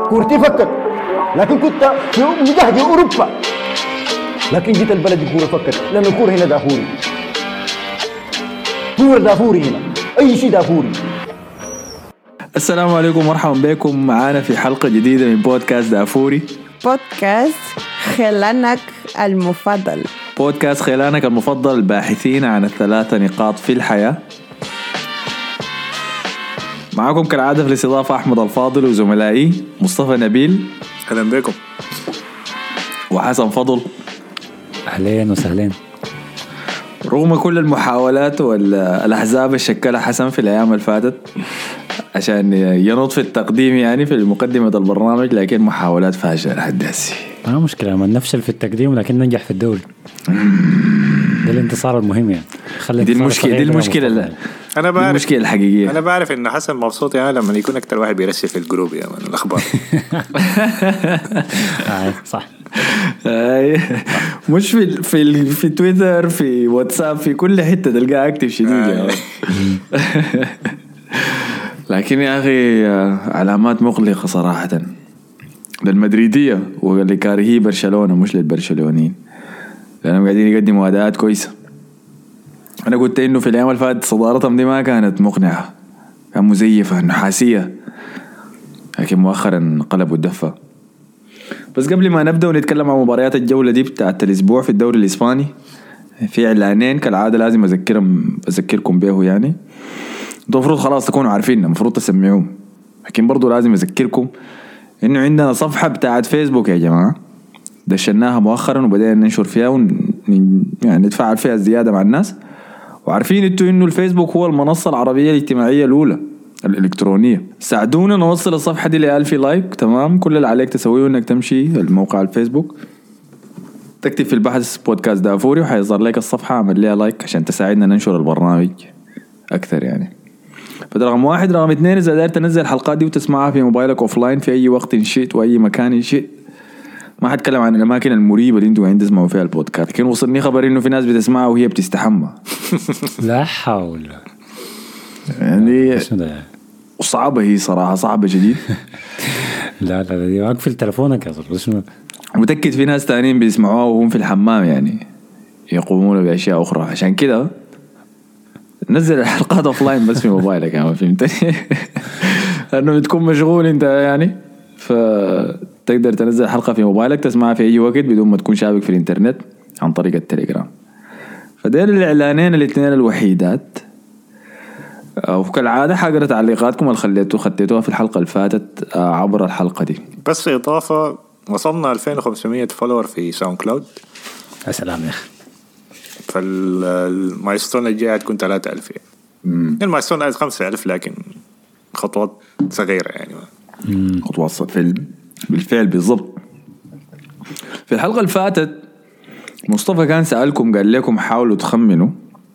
كورتي فكت، لكن كنت في مجهد أوروبا، لكن جيت البلد الكورة فكت لأن الكورة هنا دافوري. كورة دافوري هنا، أي شيء دافوري. السلام عليكم ومرحبا بكم معانا في حلقة جديدة من بودكاست دافوري. بودكاست خلانك المفضل. بودكاست خلانك المفضل، الباحثين عن الثلاثة نقاط في الحياة. معكم كالعادة في الاستضافة أحمد الفاضل وزملائي مصطفى نبيل. أهلا بكم. وحسن فضل. أهلين وسهلين. رغم كل المحاولات والأحزاب الشكلها حسن في الأيام الفاتت عشان ينط في التقديم، يعني في مقدمة البرنامج، لكن محاولات فاشلة لحد هسه. ما مشكلة، ما نفشل في التقديم لكن ننجح في الدوري. ده الانتصار المهم يعني. دي المشكلة لا. أنا بعرف المشكلة الحقيقية. أنا بعرف إن حسن مبسوط يعني لما يكون أكتر واحد بيرسل في الجروب يا من الأخبار. صح. مش في تويتر، في واتساب، في كل حتة تلقاه أكتف شديد. لكن يا أخي علامات مقلقة صراحة للمدريدية ولكارهي برشلونة، مش للبرشلونيين، لأنهم قاعدين يقدموا أداءات كويسة. أنا قلت إنه في الأيام الفاتت صدارتهم دي ما كانت مقنعة، كان مزيفة نحاسية، لكن مؤخرا قلبوا الدفة. بس قبل ما نبدأ ونتكلم عن مباريات الجولة دي بتاعت الأسبوع في الدوري الإسباني، في إعلانين كالعادة لازم أذكركم به. يعني انتوا المفروض خلاص تكونوا عارفين، المفروض تسمعوهم، لكن برضو لازم أذكركم إنه عندنا صفحة بتاعت فيسبوك يا جماعة، دشناها مؤخرا وبدأنا ننشر فيها يعني نتفاعل فيها زيادة مع الناس. وعارفين انتوا إنه الفيسبوك هو المنصة العربية الاجتماعية الأولى الإلكترونية. ساعدونا نوصل الصفحة دي ل1000 لايك. تمام، كل اللي عليك تسويه إنك تمشي الموقع الفيسبوك، تكتب في البحث بودكاست دافوري وحيظهر لك الصفحة، عمل لها لايك عشان تساعدنا ننشر البرنامج أكثر. يعني فده رقم 1. رقم 2، إذا قدرت تنزل الحلقات دي وتسمعها في موبايلك أوفلاين في أي وقت إن شئت وأي مكان إن شئت. ما حتكلم عن الأماكن المريبة اللي انتوا عندي تسمعوا فيها البودكاست، لكن وصلني خبر إنه في ناس بتسمعها وهي بتستحمى. لا حول. يعني صعبة، هي صراحة صعبة جديد. لا دي أقفل تلفونك يا صاحبي. متأكد في ناس تانيين بيسمعوها وهم في الحمام، يعني يقومون بأشياء أخرى. عشان كده نزل الحلقات أوفلاين بس في موبايلك، يعني فهمتني؟ لأنه بتكون مشغول أنت، يعني فتقدر تنزل حلقة في موبايلك تسمعها في أي وقت بدون ما تكون شابك في الإنترنت عن طريق التليجرام. فدير الإعلانين الاثنين الوحيدات. وكالعادة حقرأ تعليقاتكم اللي خدتوها في الحلقة اللي فاتت عبر الحلقة دي. بس في إضافة، وصلنا 2500 فولور في ساوند كلاود. يا سلام يا أخي. فالمايستون الجاي تكون 3000. المايستون عايز 5000، لكن خطوات صغيرة يعني. خطوات بالفعل بالضبط. في الحلقة اللي فاتت مصطفى كان سألكم، قال لكم حاولوا تخمنوا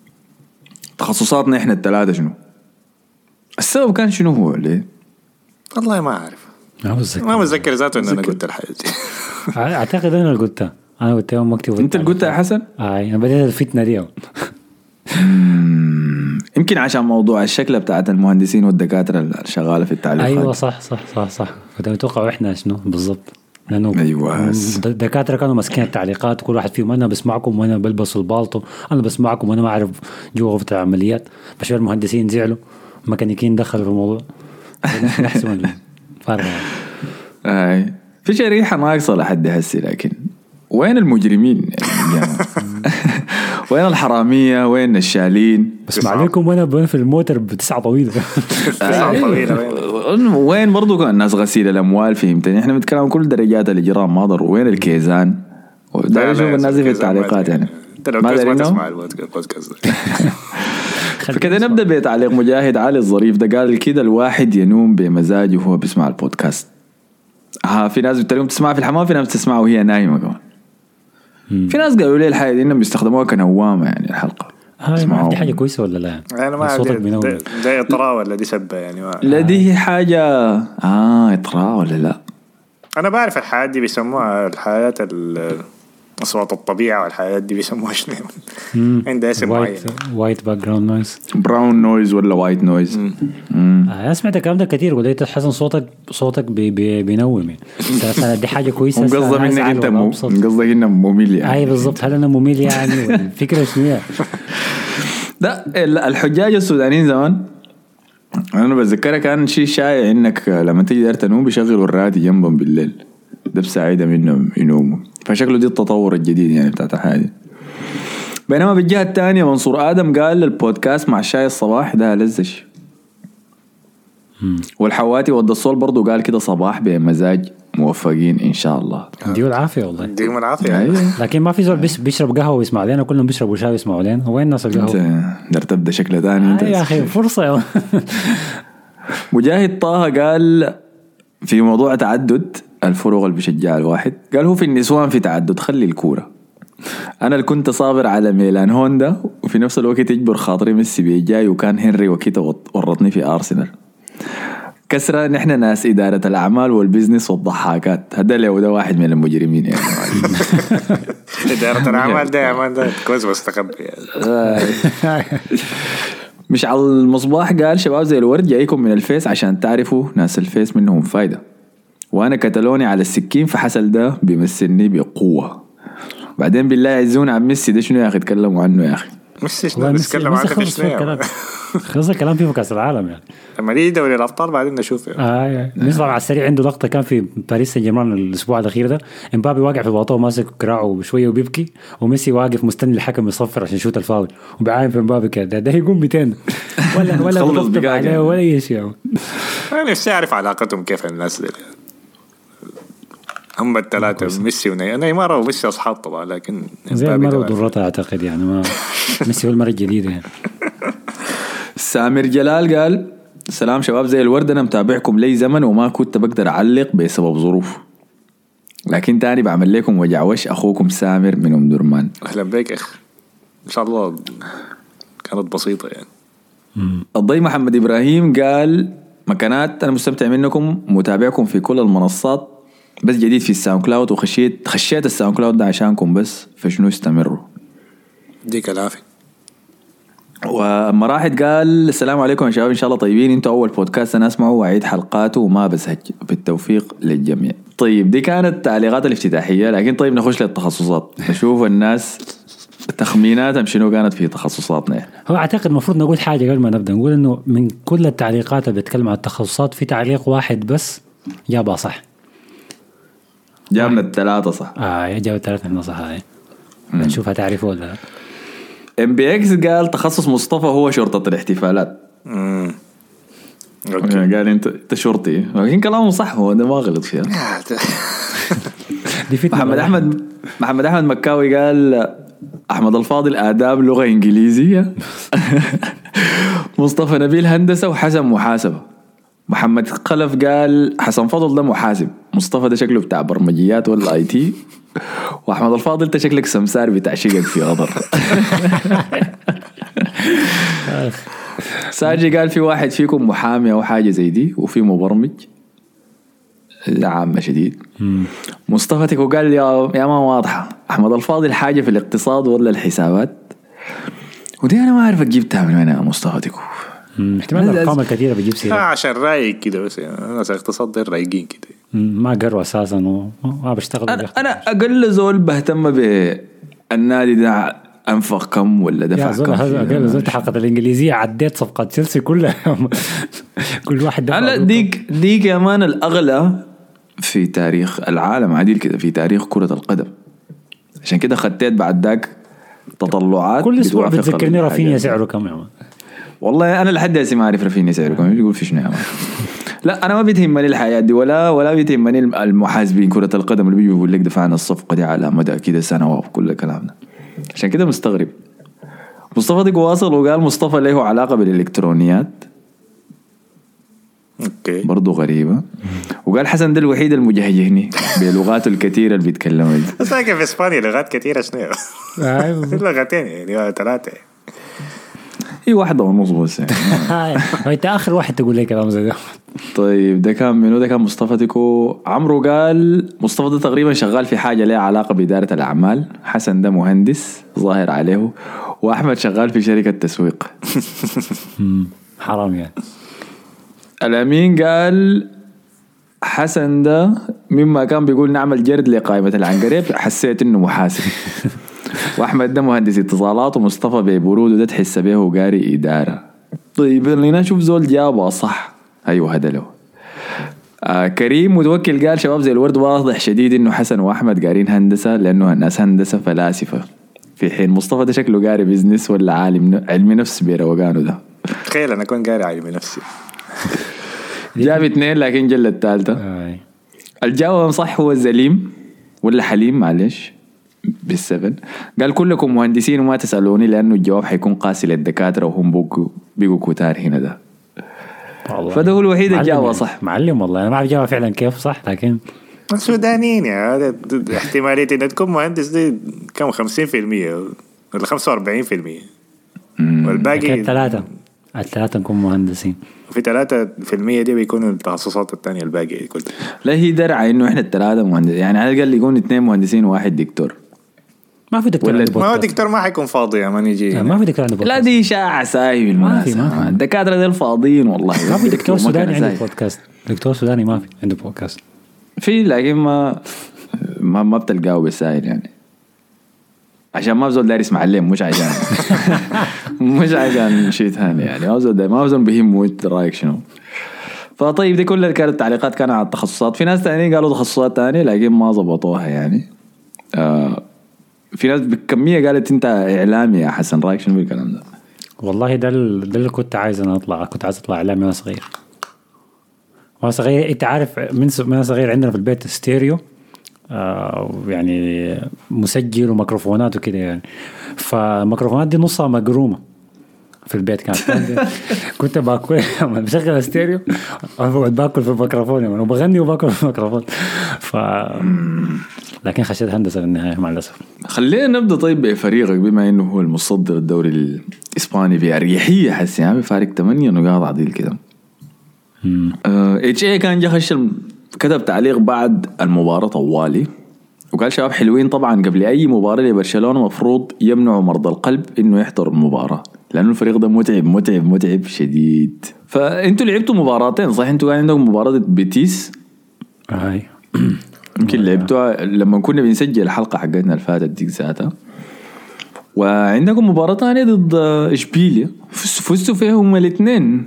تخصصاتنا إحنا الثلاثة شنو. السبب كان شنو هو؟ ليه؟ والله ما أعرف، ما متذكر ذاته إن أنا قلت الحاجة دي. أعتقد أنا اللي قلتها. أنا قلت يوم مكتوب. أنت اللي قلتها يا حسن؟ أنا بديت الفتنة دي. يمكن عشان موضوع الشكل بتاعت المهندسين والدكاترة الشغالة في التعليقات. أيوة صح. فده نتوقع إحنا شنو بالضبط، لأنه أيوة الدكاترة كانوا ماسكين التعليقات، كل واحد فيهم أنا بسمعكم وأنا بلبس البالطو، أنا بسمعكم وأنا ما أعرف جوا غرفة العمليات. بشوف المهندسين زعلوا، ميكانيكيين دخلوا في الموضوع. نحسم الفرق. في شريحة ناقصة لحد هسي، لكن وين المجرمين يعني؟ وين الحرامية؟ وين الشالين؟ بسمع لكم وانا في الموتر بتسعة طويلة. وين برضو الناس غسيل الأموال؟ فهمتني؟ احنا بنتكلم عن كل درجات الإجرام، ما ضر. وين الكيزان؟ ده شوف الناس في التعليقات يعني. ما تسمع البودكاست. فكده نبدأ بتعليق مجاهد علي الظريف ده، قال كده: الواحد ينوم بمزاجه وهو بيسمع البودكاست. في ناس بتلاقيهم تسمع في الحمام، في ناس بتسمع وهي نايمة كمان. في ناس قالوا لي الحاجة دي إنهم بيستخدموها كنوامة، يعني الحلقة. ما دي حاجة كويسة ولا لا؟ أنا ما أعرف ده إطراء ولا دي سبة يعني. لا دي حاجة إطراء ولا لا؟ أنا بعرف الحاجات دي بيسموها الحياة أصوات الطبيعة والحياة دي بيسموها شنو عندها اسم معين. وايت باك جراوند نويز، براون نويز ولا وايت نويز. انا سمعت الكلام ده كتير ولقيت حسن صوتك بينوم يعني. دي حاجه كويسه. قصدي منك انت قصدك انه ممل يعني. اي بالضبط. هل انا ممل يعني؟ الفكره شنو؟ لا الحجاج السودانيين زمان انا بتذكرها كان شيء شائع انك لما تيجي داير تنوم بيشغلوا الراديو جنبهم بالليل، ده بساعدهم انهم ينوموا. فشكله دي التطور الجديد يعني بتاعت الحاجه. بينما بالجهه الثانيه منصور ادم قال البودكاست مع الشاي الصباح ده لزش. والحواتي ود الصول برضو قال كده صباح بمزاج موفقين ان شاء الله. ديو العافيه والله. ديو العافيه. لكن ما في زول بيشرب قهوه ويسمع لنا، كلهم بيشربوا شاي ويسمعوا لنا. وين الناس القهوه؟ انت تبدا شكل ثاني انت يا اخي فرصه. مجاهد طه قال في موضوع تعدد الفروق اللي بيشجع الواحد، قال هو في النسوان في تعدد خلي الكوره. انا اللي كنت صابر على ميلان هوندا وفي نفس الوقت يجبر خاطري ميسي بيجاي وكان هنري وكيتا ورطني في ارسنال. كسرة نحن ناس إدارة الأعمال والبيزنس والضحاكات. هذا اللي ده واحد من المجرمين يعني. إدارة الأعمال ده أمان ده كويس مستخبي يعني. مش على المصباح قال شباب زي الورد جايكم من الفيس عشان تعرفوا ناس الفيس منهم فايدة، وأنا كتالوني على السكين فحصل ده بيمثلني بقوة. بعدين بالله يعزون عن ميسي ده شنو يا أخي تكلموا عنه يا أخي. ميسي شنو نتكلم عنه في شنو خلص الكلام فيه في كأس العالم يعني. لما نيجي دوري الأبطال بعدين نشوف يعني. مصر على السريع عنده لقطة كان في باريس سان جيرمان الأسبوع الأخير ده، امبابي واقع في باطوه ماسك كراعه بشوية وبيبكي، وميسي واقف مستني الحكم يصفر عشان يشوت الفاول وبيعاين في امبابي كده. ده يقوم 200 ولا بيطبطب عليه ولا أي شيء. أنا نفسي أعرف علاقتهم كيف الناس دي. هم الثلاثة ميسي ونيمار وميسي أصحاب طبعا، لكن زي مرة ضرتها أعتقد يعني. ما ميسي هو المرة الجديدة يعني. سامر جلال قال سلام شباب زي الورد، أنا متابعكم لي زمن وما كنت بقدر أعلق بسبب ظروف، لكن تاني بعمل لكم وجع وش. أخوكم سامر من أم درمان. أهلا بك أخ، إن شاء الله كانت بسيطة يعني. الضي محمد إبراهيم قال مكانات أنا مستمتع منكم متابعكم في كل المنصات، بس جديد في الساوند كلاود خشيت الساوند كلاود ده عشانكم بس، فشنو استمروا. ديك العافية. ومراحد قال السلام عليكم يا شباب، إن شاء الله طيبين. انتوا أول بودكاست أنا أسمعه وأعيد حلقاته وما بزهج. بالتوفيق للجميع. طيب دي كانت التعليقات الافتتاحية، لكن طيب نخش للتخصصات نشوف الناس تخميناتهم شنو كانت في تخصصاتنا يعني. هو أعتقد المفروض نقول حاجة قبل ما نبدأ، نقول إنه من كل التعليقات اللي بتتكلم عن التخصصات في تعليق واحد بس جابها صح. جابنا الثلاثة صح. جاب الثلاثة من صح. هاي نشوفها تعرفه ولا. MBX قال تخصص مصطفى هو شرطة الاحتفالات. قال انت شرطي، لكن كلامه صح، هو ده ما غلط فيها. محمد احمد مكاوي قال احمد الفاضل آداب لغة انجليزية. مصطفى نبيل هندسة وحسن محاسبة. محمد قلف قال حسن فضل ده محاسب، مصطفى ده شكله بتاع برمجيات ولا IT، واحمد الفاضل انت شكلك سمسار بتاع شقق في غضر. ساجي قال في واحد فيكم محامي او حاجه زي دي وفي مبرمج، عامه شديد. مصطفى تكو قال يا ما واضحه احمد الفاضل حاجه في الاقتصاد ولا الحسابات، ودي انا ما اعرف جبتها من وين يا مصطفى تكو. احتمال الارقام الكثيره بيجيب سيره عشان رايق كده بس يعني. انا اقتصاد ده رايقين كده ما قروا اساسا وما بشتغل. انا اقل زول بهتم بالنادي ده انفق كم ولا دفع كم. اقل زول حلقه الانجليزيه عديت صفقات تشيلسي كلها. كل واحد دفع. لا ديك يا مان الاغلى في تاريخ العالم عديل كده في تاريخ كرة القدم، عشان كده خديت بعد ذاك تطلعات. كل اسبوع بتذكرني رافينيا سعره كم يا مان؟ والله انا لحد هسه ما اعرف رافينيا سعره كم، يقول في شنو يا مان. لا انا ما بيتهمني الحياه دي ولا بيتهمني المحاسبين كرة القدم اللي بيجوا يقول لك دفعنا الصفقه دي على مدى كده سنه وكل الكلام ده، عشان كده مستغرب. مصطفى دي واصل وقال مصطفى له علاقه بالالكترونيات. اوكي برضو غريبه. وقال حسن ده الوحيد المجهجهني بلغاته الكثيره اللي بيتكلمها دي. بس في اسبانيا لغات كثيره شنو؟ لغتين يعني 3. هي 1:30 بس يعني. انت اخر واحد تقول لي كلام زي ده. طيب ده كان منو؟ ده كان مصطفى تيكو. عمرو قال مصطفى ده تقريبا شغال في حاجة لها علاقة بإدارة الأعمال. حسن ده مهندس ظاهر عليه. وأحمد شغال في شركة تسويق. حرام يعني. الأمين قال حسن ده مما كان بيقول نعمل جرد لقائمة العنقريب حسيت إنه محاسب. وأحمد ده مهندس اتصالات. ومصطفى ببرود وده تحس به وقاري إدارة. طيب خلينا نشوف زول جابه صح. أيوه هذا له. كريم متوكل قال شباب زي الورد واضح شديد إنه حسن وأحمد قارين هندسة لأنه الناس هندسة فلاسفة، في حين مصطفى ده شكله قاري بيزنس ولا عالم علمي نفس بيروقانه ده. تخيل أنا أكون قاري علمي نفسي. جاب 2 لكن جل الثالثة. الجواب صح هو الزليم ولا حليم معلش بالسبن. قال كلكم مهندسين وما تسألوني لأنه الجواب حيكون قاسي للدكاترة وهم بيقوا كتار هنا ده. فده هو الوحيد الجواب صح. معلم والله أنا ما أعرف جواب فعلا كيف صح لكن السودانيين يعني احتمالية إن تكون مهندس دي كم 50% ولا 45%. والباقي 3 نكون مهندسين. في 3% دي بيكونوا التخصصات التانية الباقي كله. لا هي درعة إنه إحنا ال3 مهندسين يعني على الأقل يكون 2 مهندسين وواحد دكتور. ما في دكتور. ما هو دكتور ما حيكون فاضي يا ما نيجي. ما في دكتور عنده لا دي إشاعة سايب المناسبة. الدكاترة دي الفاضيين والله. ما في دكتور سوداني عنده بودكاست. دكتور سوداني ما في عنده بودكاست. في لكن ما بتلقاه بالسائل يعني عشان ما بزول دارس معلم مش عشان شيء ثاني يعني ما بزول بهم رايك شنو. فطيب دي كلها كانت التعليقات كانت على التخصصات. في ناس تانيين قالوا تخصصات تانية لكن ما ضبطوها يعني. في ناس بكمية قالت انت اعلامي يا حسن رايك شنو بالكلام ده؟ والله ده اللي كنت عايز انا اطلع. كنت عايز اطلع اعلامي وانا صغير. انت عارف من صغير عندنا في البيت ستيريو يعني مسجل وميكروفونات وكده يعني. فالميكروفونات دي نصها مقرومه في البيت كانت. كنت باكل بشغل ستيريو وبقعد باكل في الميكروفون يعني وبغني وباكل في الميكروفون. لكن خشيت هندسه في النهايه مع الاسف. خلينا نبدا طيب بفريقك بما انه هو المصدر الدوري الاسباني بأريحية حس يعني بفارق 8 نقاط عديل كده. اتش اي كان جا خش كتب تعليق بعد المباراة طوالي وقال شباب حلوين طبعا قبل اي مباراة لبرشلونة مفروض يمنعوا مرضى القلب انه يحضروا المباراة لانه الفريق ده متعب شديد. فانتوا لعبتوا مباراتين صح؟ انتوا كان عندكم مباراة بيتيس هاي يمكن لعبتوها لما كنا بنسجل الحلقة حقتنا الفاتت ديك ذاتها. وعندكم مباراة ثانية ضد اشبيليا فزتوا فيهم الاثنين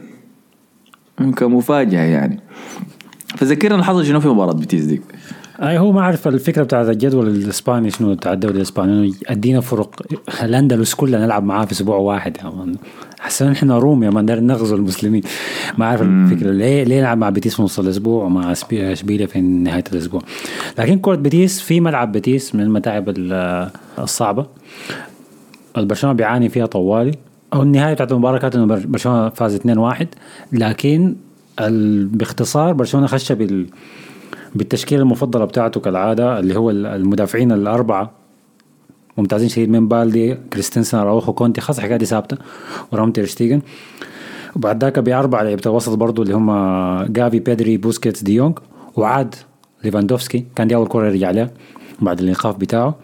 كمفاجأة يعني. فذكرنا الحظ شنو في مباراة بيتيس ديك. هو ما عارف الفكرة بتاعت الجدول الإسباني شنو بتاع الدوري الإسباني إنه أدينا فرق الأندلس كلها نلعب معاه في أسبوع واحد يا مان. حسنا إحنا روم يا مان دار نغزو المسلمين. ما عارف الفكرة ليه نلعب مع بيتيس في نص الأسبوع ومع إشبيليا في نهاية الأسبوع. لكن كرة بيتيس في ملعب بيتيس من المتاعب الصعبة البرشلونة بيعاني فيها طوالي. أو النهاية بتاعت المباراة كانت إنه برشلونة فاز 2-1 لكن باختصار برشلونة خش بالتشكيلة المفضلة بتاعته كالعادة اللي هو المدافعين 4 ممتازين شديد من بالدي كريستنسن راوخو كونتي خاصة حكاية دي ثابتة ورام تير شتيغن. وبعد ذاك ب4 لعيبة الوسط برضو اللي هم جافي بيدري بوسكيتس ديونغ وعاد ليفاندوفسكي كان دي أول كرة يرجع لها بعد الإيقاف بتاعه.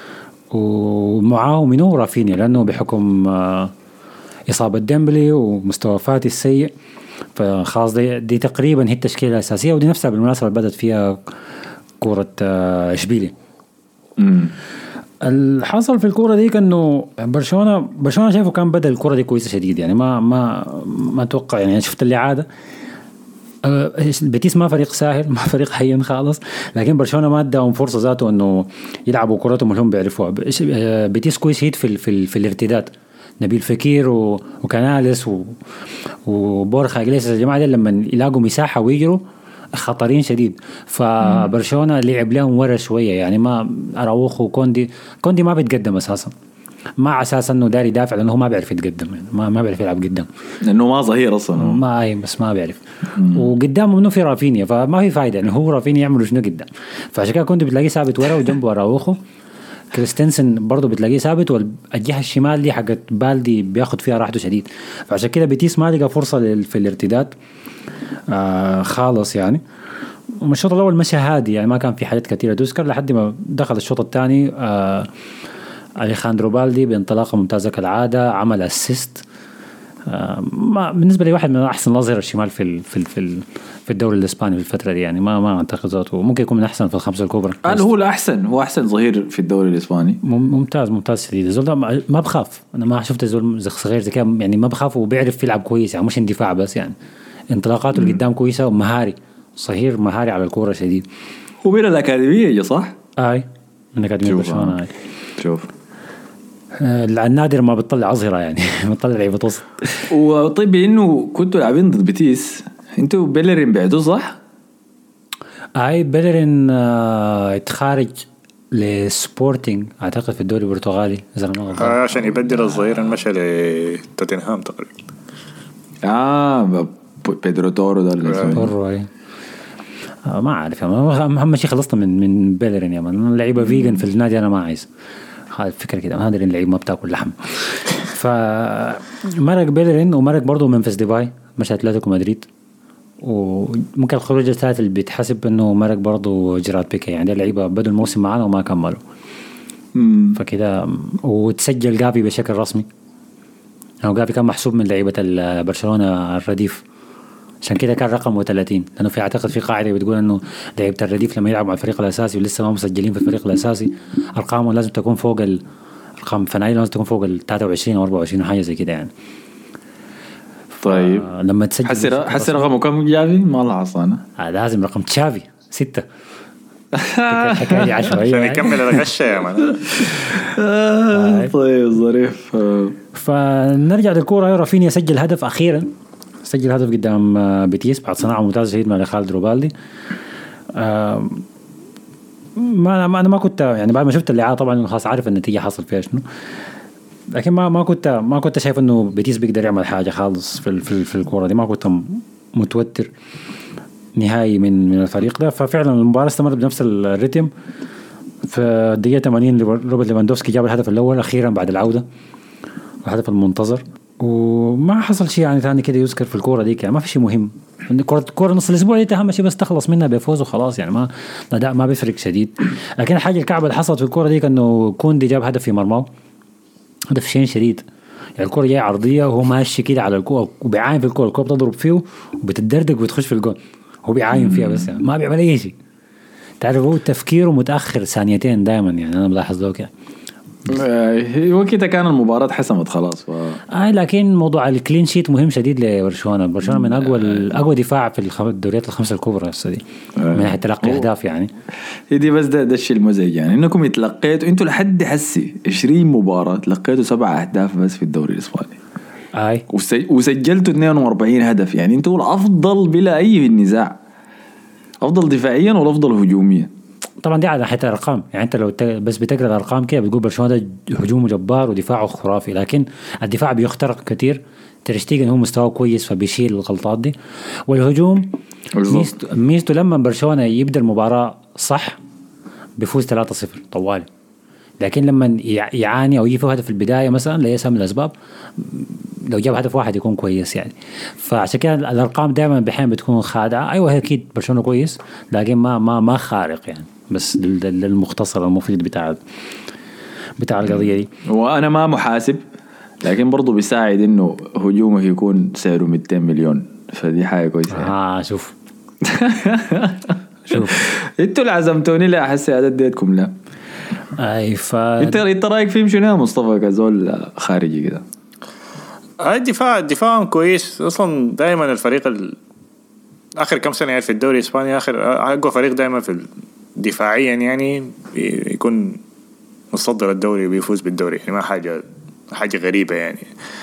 ومعاه منو رافينيا لأنه بحكم إصابة ديمبلي ومستوى فاتي السيء فخلاص دي تقريبا هي التشكيلة الأساسية ودي نفسها بالمناسبة اللي بدأت فيها كرة إشبيليا. الحاصل في الكرة دي كأنه برشلونة شايفه كان بدأ الكرة دي كويسة شديد يعني ما أتوقع يعني شفت اللي عادة بيتيس ما فريق ساهل ما فريق حين خالص لكن برشلونة ما اداهم فرصة ذاته انه يلعبوا كرتهم اللي هم بيعرفوها. بيتيس كويس هيد في الارتداد نبيل فكير وكاناليس وبورخا إغليسياس الجماعة دي لما يلاقوا مساحة ويجروا خطرين شديد. فبرشلونة لعب لهم ورا شوية يعني ما أراوخو كوندي ما بيتقدم أساسا مع أساس أنه داري دافع لأنه ما بيعرف يتقدم يعني ما بيعرف يلعب قدام لأنه ما ظهير أصلا بس ما بيعرف وقدامه منه في رافينيا فما في فايدة يعني هو رافينيا يعملوا شنو قدام. فعشان كده كنت بتلاقيه ثابت ورا وجنبه أراوخو كريستنسن برضه بتلاقيه ثابت، والجهه الشمال دي حقت بالدي بياخد فيها راحته شديد، فعشان كده بيتيس ما لقى فرصه في الارتداد خالص يعني. الشوط الاول مشى هادي يعني، ما كان في حاجات كثيره تذكر لحد ما دخل الشوط الثاني. أليخاندرو بالدي بانطلاقه ممتازه كالعاده، عمل اسيست. بالنسبه لي واحد من احسن الاظهره الشمال في الدوري الاسباني في الفتره دي يعني. ما اعتقد ذاته ممكن يكون من احسن في الخمسه الكبرى. هو الاحسن، هو احسن ظهير في الدوري الاسباني. ممتاز شديد. الزول ده ما بخاف، انا ما شفت زول صغير زي كده يعني، ما بخاف وبيعرف يلعب كويس يعني، مش اندفاع بس يعني، انطلاقاته اللي قدام كويسه ومهاري، صهير مهاري على الكوره شديد. هو من الاكاديميه صح؟ من اكاديميه برشلونه. شوف النادر ما بتطلع أظهرة يعني بتطلع لعيبة وسط. وطيب انه كنتوا لاعبين ضد بيتيس، انتوا بيلرين بعتوه صح؟ بيلرين اتخارج لسبورتينج اعتقد في الدوري البرتغالي اذا ما غلطان، عشان يبدل الظهير المشى لتوتنهام تقريبا. بيدرو تورو ده اللي ما عارف اهم شيء خلصنا من بيلرين يا مان. اللعيبه فيجن في النادي انا ما عايز، هذا الفكره كده، هذا اللعيب ما بتاكل لحم. فمرق بيلرين ومرق برضه منفس ديباي مشى اتلتيكو مدريد، وممكن الخروج الثالث اللي بيتحسب انه مرق برضه جيرارد بيكي يعني. اللعيبه بدوا الموسم معنا وما كملوا فكده. وتسجل جافي بشكل رسمي، هو جافي كان محسوب من لعيبه برشلونه الرديف، عشان كده كان رقمه 30 لانه في اعتقد في قاعده بتقول انه لعيبه الرديف لما يلعبوا مع الفريق الاساسي ولسه ما مسجلين في الفريق الاساسي ارقامهم لازم تكون فوق ارقام فنيه، لازم تكون فوق ال 23 او 24 حاجه زي كده يعني. طيب لما تسجل حسي رقمه كم جافي؟ ما لاحظ انا. لازم رقم تشافي 6 حكايه عشوائيه عشان يكمل الغشه يا مان. طيب ظريف. فنرجع للكوره. رافينيا سجل هدف اخيرا، سجل هدف قدام بيتيس بعد صناعه ممتازه شديد مع خالد بالدي. انا ما كنت يعني بعد ما شفت اللعاء طبعا خلاص عارف النتيجه حصل فيها شنو، لكن ما كنت شايف انه بيتيس بيقدر يعمل حاجه خالص في الكوره دي. ما كنت متوتر نهائي من الفريق ده. ففعلا المباراه استمرت بنفس الريتم. في الدقيقه 80 روبرت ليفاندوفسكي جاب الهدف الاول اخيرا بعد العوده، الهدف المنتظر. وما حصل شيء يعني ثاني كده يذكر في الكوره ديك يعني. ما في شيء مهم، الكوره نص الاسبوع دي اهم شيء بس تخلص منها بفوز وخلاص يعني. ما بيفرق شديد. لكن الحاجه الكعبه اللي حصلت في الكوره ديك انه كوندي جاب هدف في مرماه، هدف شين شديد يعني. الكوره جايه عرضيه وهو ماشي كده على الكوره وبيعاين في الكوره بتضرب فيه وبتدردق وبتخش في الجول، هو بيعاين فيها بس يعني ما بيعمل اي شيء. تعرف هو تفكيره متاخر ثانيتين دائما يعني، انا ملاحظ له كده. وكده كان المباراة حسمت خلاص لكن موضوع الكلين شيت مهم شديد لبرشلونة. برشلونة من أقوى دفاع في الدوريات الخمسة الكبرى السدي من ناحية تلقي أهداف يعني. دي بس ده الشيء المزعج يعني، إنكم يتلقيتوا أنتوا لحد حسي 20 مباراة تلقيتوا 7 أهداف بس في الدوري الإسباني. وسجلتوا 42 هدف يعني. أنتوا الأفضل بلا أي نزاع، أفضل دفاعيا والأفضل هجوميا. طبعا دي على حتى الارقام يعني. انت لو بس بتقرا الارقام كده بتقول برشلونه ده هجومه جبار ودفاعه خرافي، لكن الدفاع بيخترق كتير. تير شتيجن هو مستواه كويس فبيشيل الغلطات دي. والهجوم ميزته لما برشلونه يبدا المباراه صح بيفوز 3-0 طوالي، لكن لما يعاني او يجي فيه هدف في البدايه مثلا لا يسمى الاسباب، لو جاب هدف واحد يكون كويس يعني. فعشان كده الارقام دائما بحين بتكون خادعه. ايوه اكيد برشلونه كويس لكن ما خارق يعني، بس للمختصر المفيد بتاع القضيه دي. وانا ما محاسب لكن برضو بيساعد انه هجومه يكون سعره 200 مليون، فدي حاجه كويسه يعني. شوف انتوا اللي عزمتوني لا احس اديتكم لا. انت رايك فيهم شنو يا مصطفى كزول خارجي كده؟ الدفاع كويس اصلا. دائما الفريق اخر كم سنه في الدوري الاسباني اقوى فريق دائما في دفاعيا يعني يكون متصدر الدوري وبيفوز بالدوري يعني. ما حاجه غريبه يعني.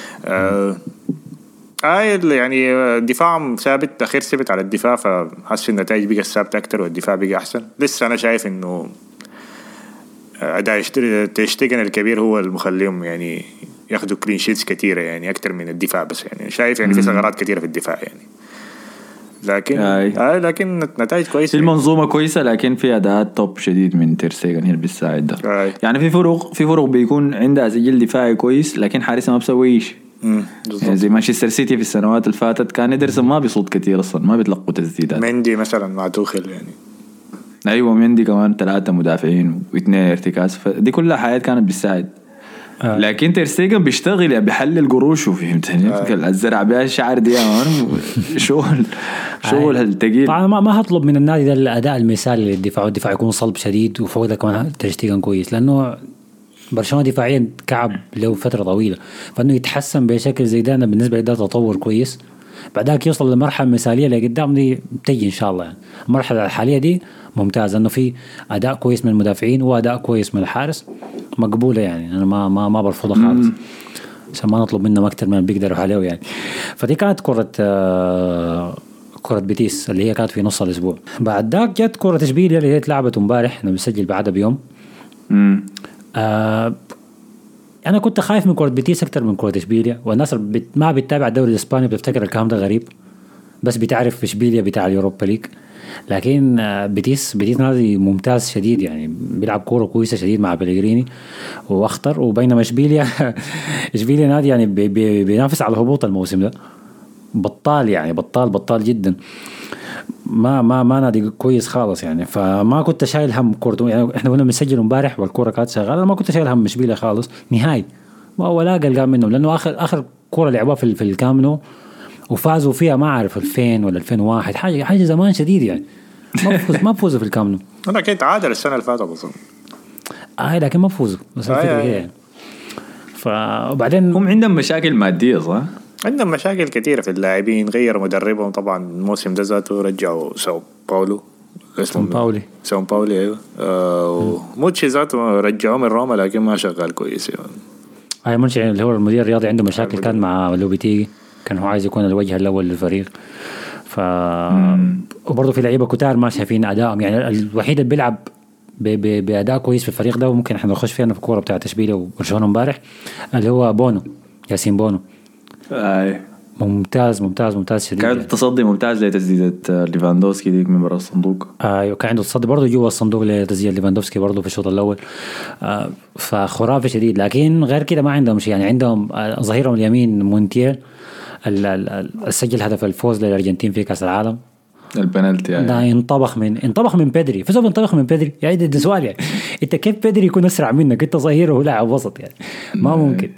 يعني الدفاع ثابت، اخير ثبت على الدفاع، فحس النتائج بقى ثابته اكتر والدفاع بقى احسن. لسه انا شايف انه اداء تشتيجن الكبير هو المخليهم يعني ياخدوا كلين شيتس كتيره يعني اكتر من الدفاع بس يعني. شايف يعني في ثغرات كتيره في الدفاع يعني، لكن لكن نتائج كويسه. المنظومه كويسه لكن في اداءات توب شديد من تير شتيجن هي اللي بتساعد ده. يعني في فرق بيكون عندها سجل دفاعي كويس لكن حارسها ما بيسوي شيء. يعني زي مانشستر سيتي في السنوات اللي فاتت كان إدرسون ما بيصوت كتير اصلا، ما بيتلقوا تسديدات. مندي مثلا مع توخيل يعني. ايوه مندي كمان 3 مدافعين و2 ارتكاز، فدي كلها حاجات كانت بتساعد. لكن تير شتيجن بيشتغل يعني بيحلل قروشه، فهمتني؟ الزرع بها الشعر دي شغل الثقيل. طبعا ما هطلب من النادي ده الاداء المثالي للدفاع، والدفاع يكون صلب شديد وفوق ده كمان تير شتيجن كويس، لانه برشلونة دفاعيا كعب له فترة طويلة، فانه يتحسن بشكل زي ده بالنسبة لي ده تطور كويس. بعدك يوصل للمرحلة المثالية اللي قدام دي بتجي ان شاء الله. يعني المرحلة الحالية دي ممتازة، انه في اداء كويس من المدافعين واداء كويس من الحارس، مقبولة يعني. انا ما برفضها خالص عشان ما نطلب منهم اكتر من بيقدروا عليه يعني. فدي كانت كرة بيتيس اللي هي كانت في نص الاسبوع. بعد ذاك جت كرة اشبيليا اللي هي اتلعبت امبارح، انا بسجل بعدها بيوم. أنا كنت خايف من كرة بيتيس أكتر من كرة إشبيليا، والناس ما بتتابع الدوري الإسباني بتفتكر الكلام ده غريب، بس بتعرف إشبيليا بتاع اليوروبا ليج. لكن بيتيس نادي ممتاز شديد يعني، بيلعب كورة كويسة شديد مع بيلغريني وأخطر. وبينما إشبيليا نادي يعني بينافس على الهبوط الموسم ده، بطال يعني بطال جدا، ما نادي كويس خالص يعني. فما كنت شايل هم كورته يعني. احنا كنا بنسجل امبارح والكوره كانت شغاله، ما كنت شايل هم اشبيليا خالص نهائي، ولا قلقان منهم، لانه اخر كوره لعبوها في الكامنو وفازوا فيها ما اعرف 2000 ولا 2001 حاجه زمان شديد يعني. ما بفوزوا في الكامنو. انا كنت عادل السنه اللي فاتت اظن لكن ما بفوزوا بس يعني. فبعدين هم عندهم مشاكل ماديه صح؟ عندهم مشاكل كثيرة في اللاعبين، غيروا مدربهم طبعا الموسم ده ذاته، رجعوا ساو باولي ايوه. موتشي ذاته رجعوه من روما لكن ما شغال كويس يعني. موتشي اللي هو المدير الرياضي عنده مشاكل كان مع لوبيتيجي، كان هو عايز يكون الوجه الاول للفريق. وبرضه في لعيبه كتار ما شايفين ادائهم يعني. الوحيد اللي بيلعب باداء كويس في الفريق ده وممكن احنا نخش فيها في الكوره بتاعه اشبيليا وبرشلونه امبارح اللي هو بونو، ياسين بونو. ممتاز شديد. كان تصدي ممتاز لتسديدة ليفاندوفسكي ديك من برا الصندوق. كان عنده تصدي برضه جوا الصندوق لتسديد ليفاندوفسكي برضه في الشوط الاول. فخرافي شديد. لكن غير كده ما عندهم شيء يعني. عندهم ظهيرهم اليمين مونتيل سجل هدف الفوز للارجنتين في كاس العالم، البنالتي يعني. ده انطبخ من بيدري. فزو بينطبخ من بيدري يعني. ده سؤال يعني، انت كيف بيدري يكون اسرع منك؟ انت ظهير وهو لاعب وسط يعني، ما ممكن.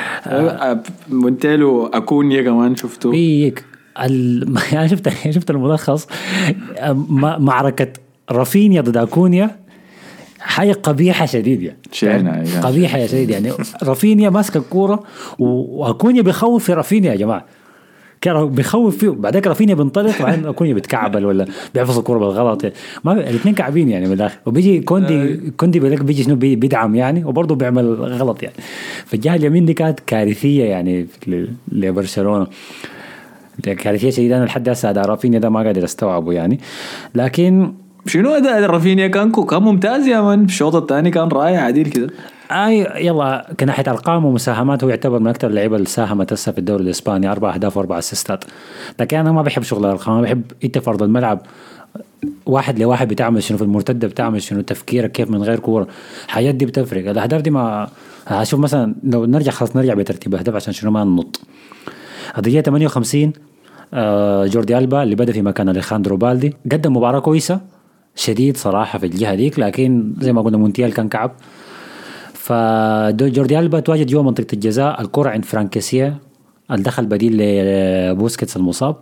مونتيلو اكونيا كمان شفته يعني شفت الملخص. معركة رافينيا ضد اكونيا حاجة قبيحة شديد يعني. قبيحة يا شديد يعني. رافينيا ماسك الكورة واكونيا بيخوف في رافينيا يا جماعة، كان بيخوف فيه. بعدك رافينيا بينطلق وبعدين اكونيا بيتكعبل ولا بيعفص الكوره بالغلط يعني. ما الاثنين كعبين يعني من الاخر. وبيجي كوندي بيجي شنو بيدعم يعني، وبرضه بيعمل غلط يعني. فالجهه اليمين دي كانت كارثيه يعني لبرشلونه، كارثيه شديده. انا لحد هسه اداء رافينيا ده ما قادر استوعبه يعني. لكن شنو اداء رافينيا كان ممتاز يا من. في الشوط الثاني كان رائع عديل كده. يلا كناحية أرقام ومساهمات هو يعتبر من أكثر اللعيبة اللي ساهمت هسه في الدوري الإسباني، 4 أهداف و4 أسيستات. لكن أنا ما بحب شغل الأرقام، ما بحب أنت في أرض الملعب 1 لواحد بتعمل شنو، في المرتدة بتعمل شنو، تفكيرك كيف من غير كورة. حاجات دي بتفرق. الأهداف دي ما هشوف مثلا لو نرجع بترتيب أهداف عشان شنو ما ننط. الدقيقة 58 جوردي ألبا اللي بدأ في مكان أليخاندرو بالدي قدم مباراة كويسة شديد صراحة في الجهة ديك، لكن زي ما قلنا مونتيال كان كعب. فجوردي ألبا تواجد جوا منطقة الجزاء، الكرة عند فرانكيسيا الدخل بديل لبوسكيتس المصاب.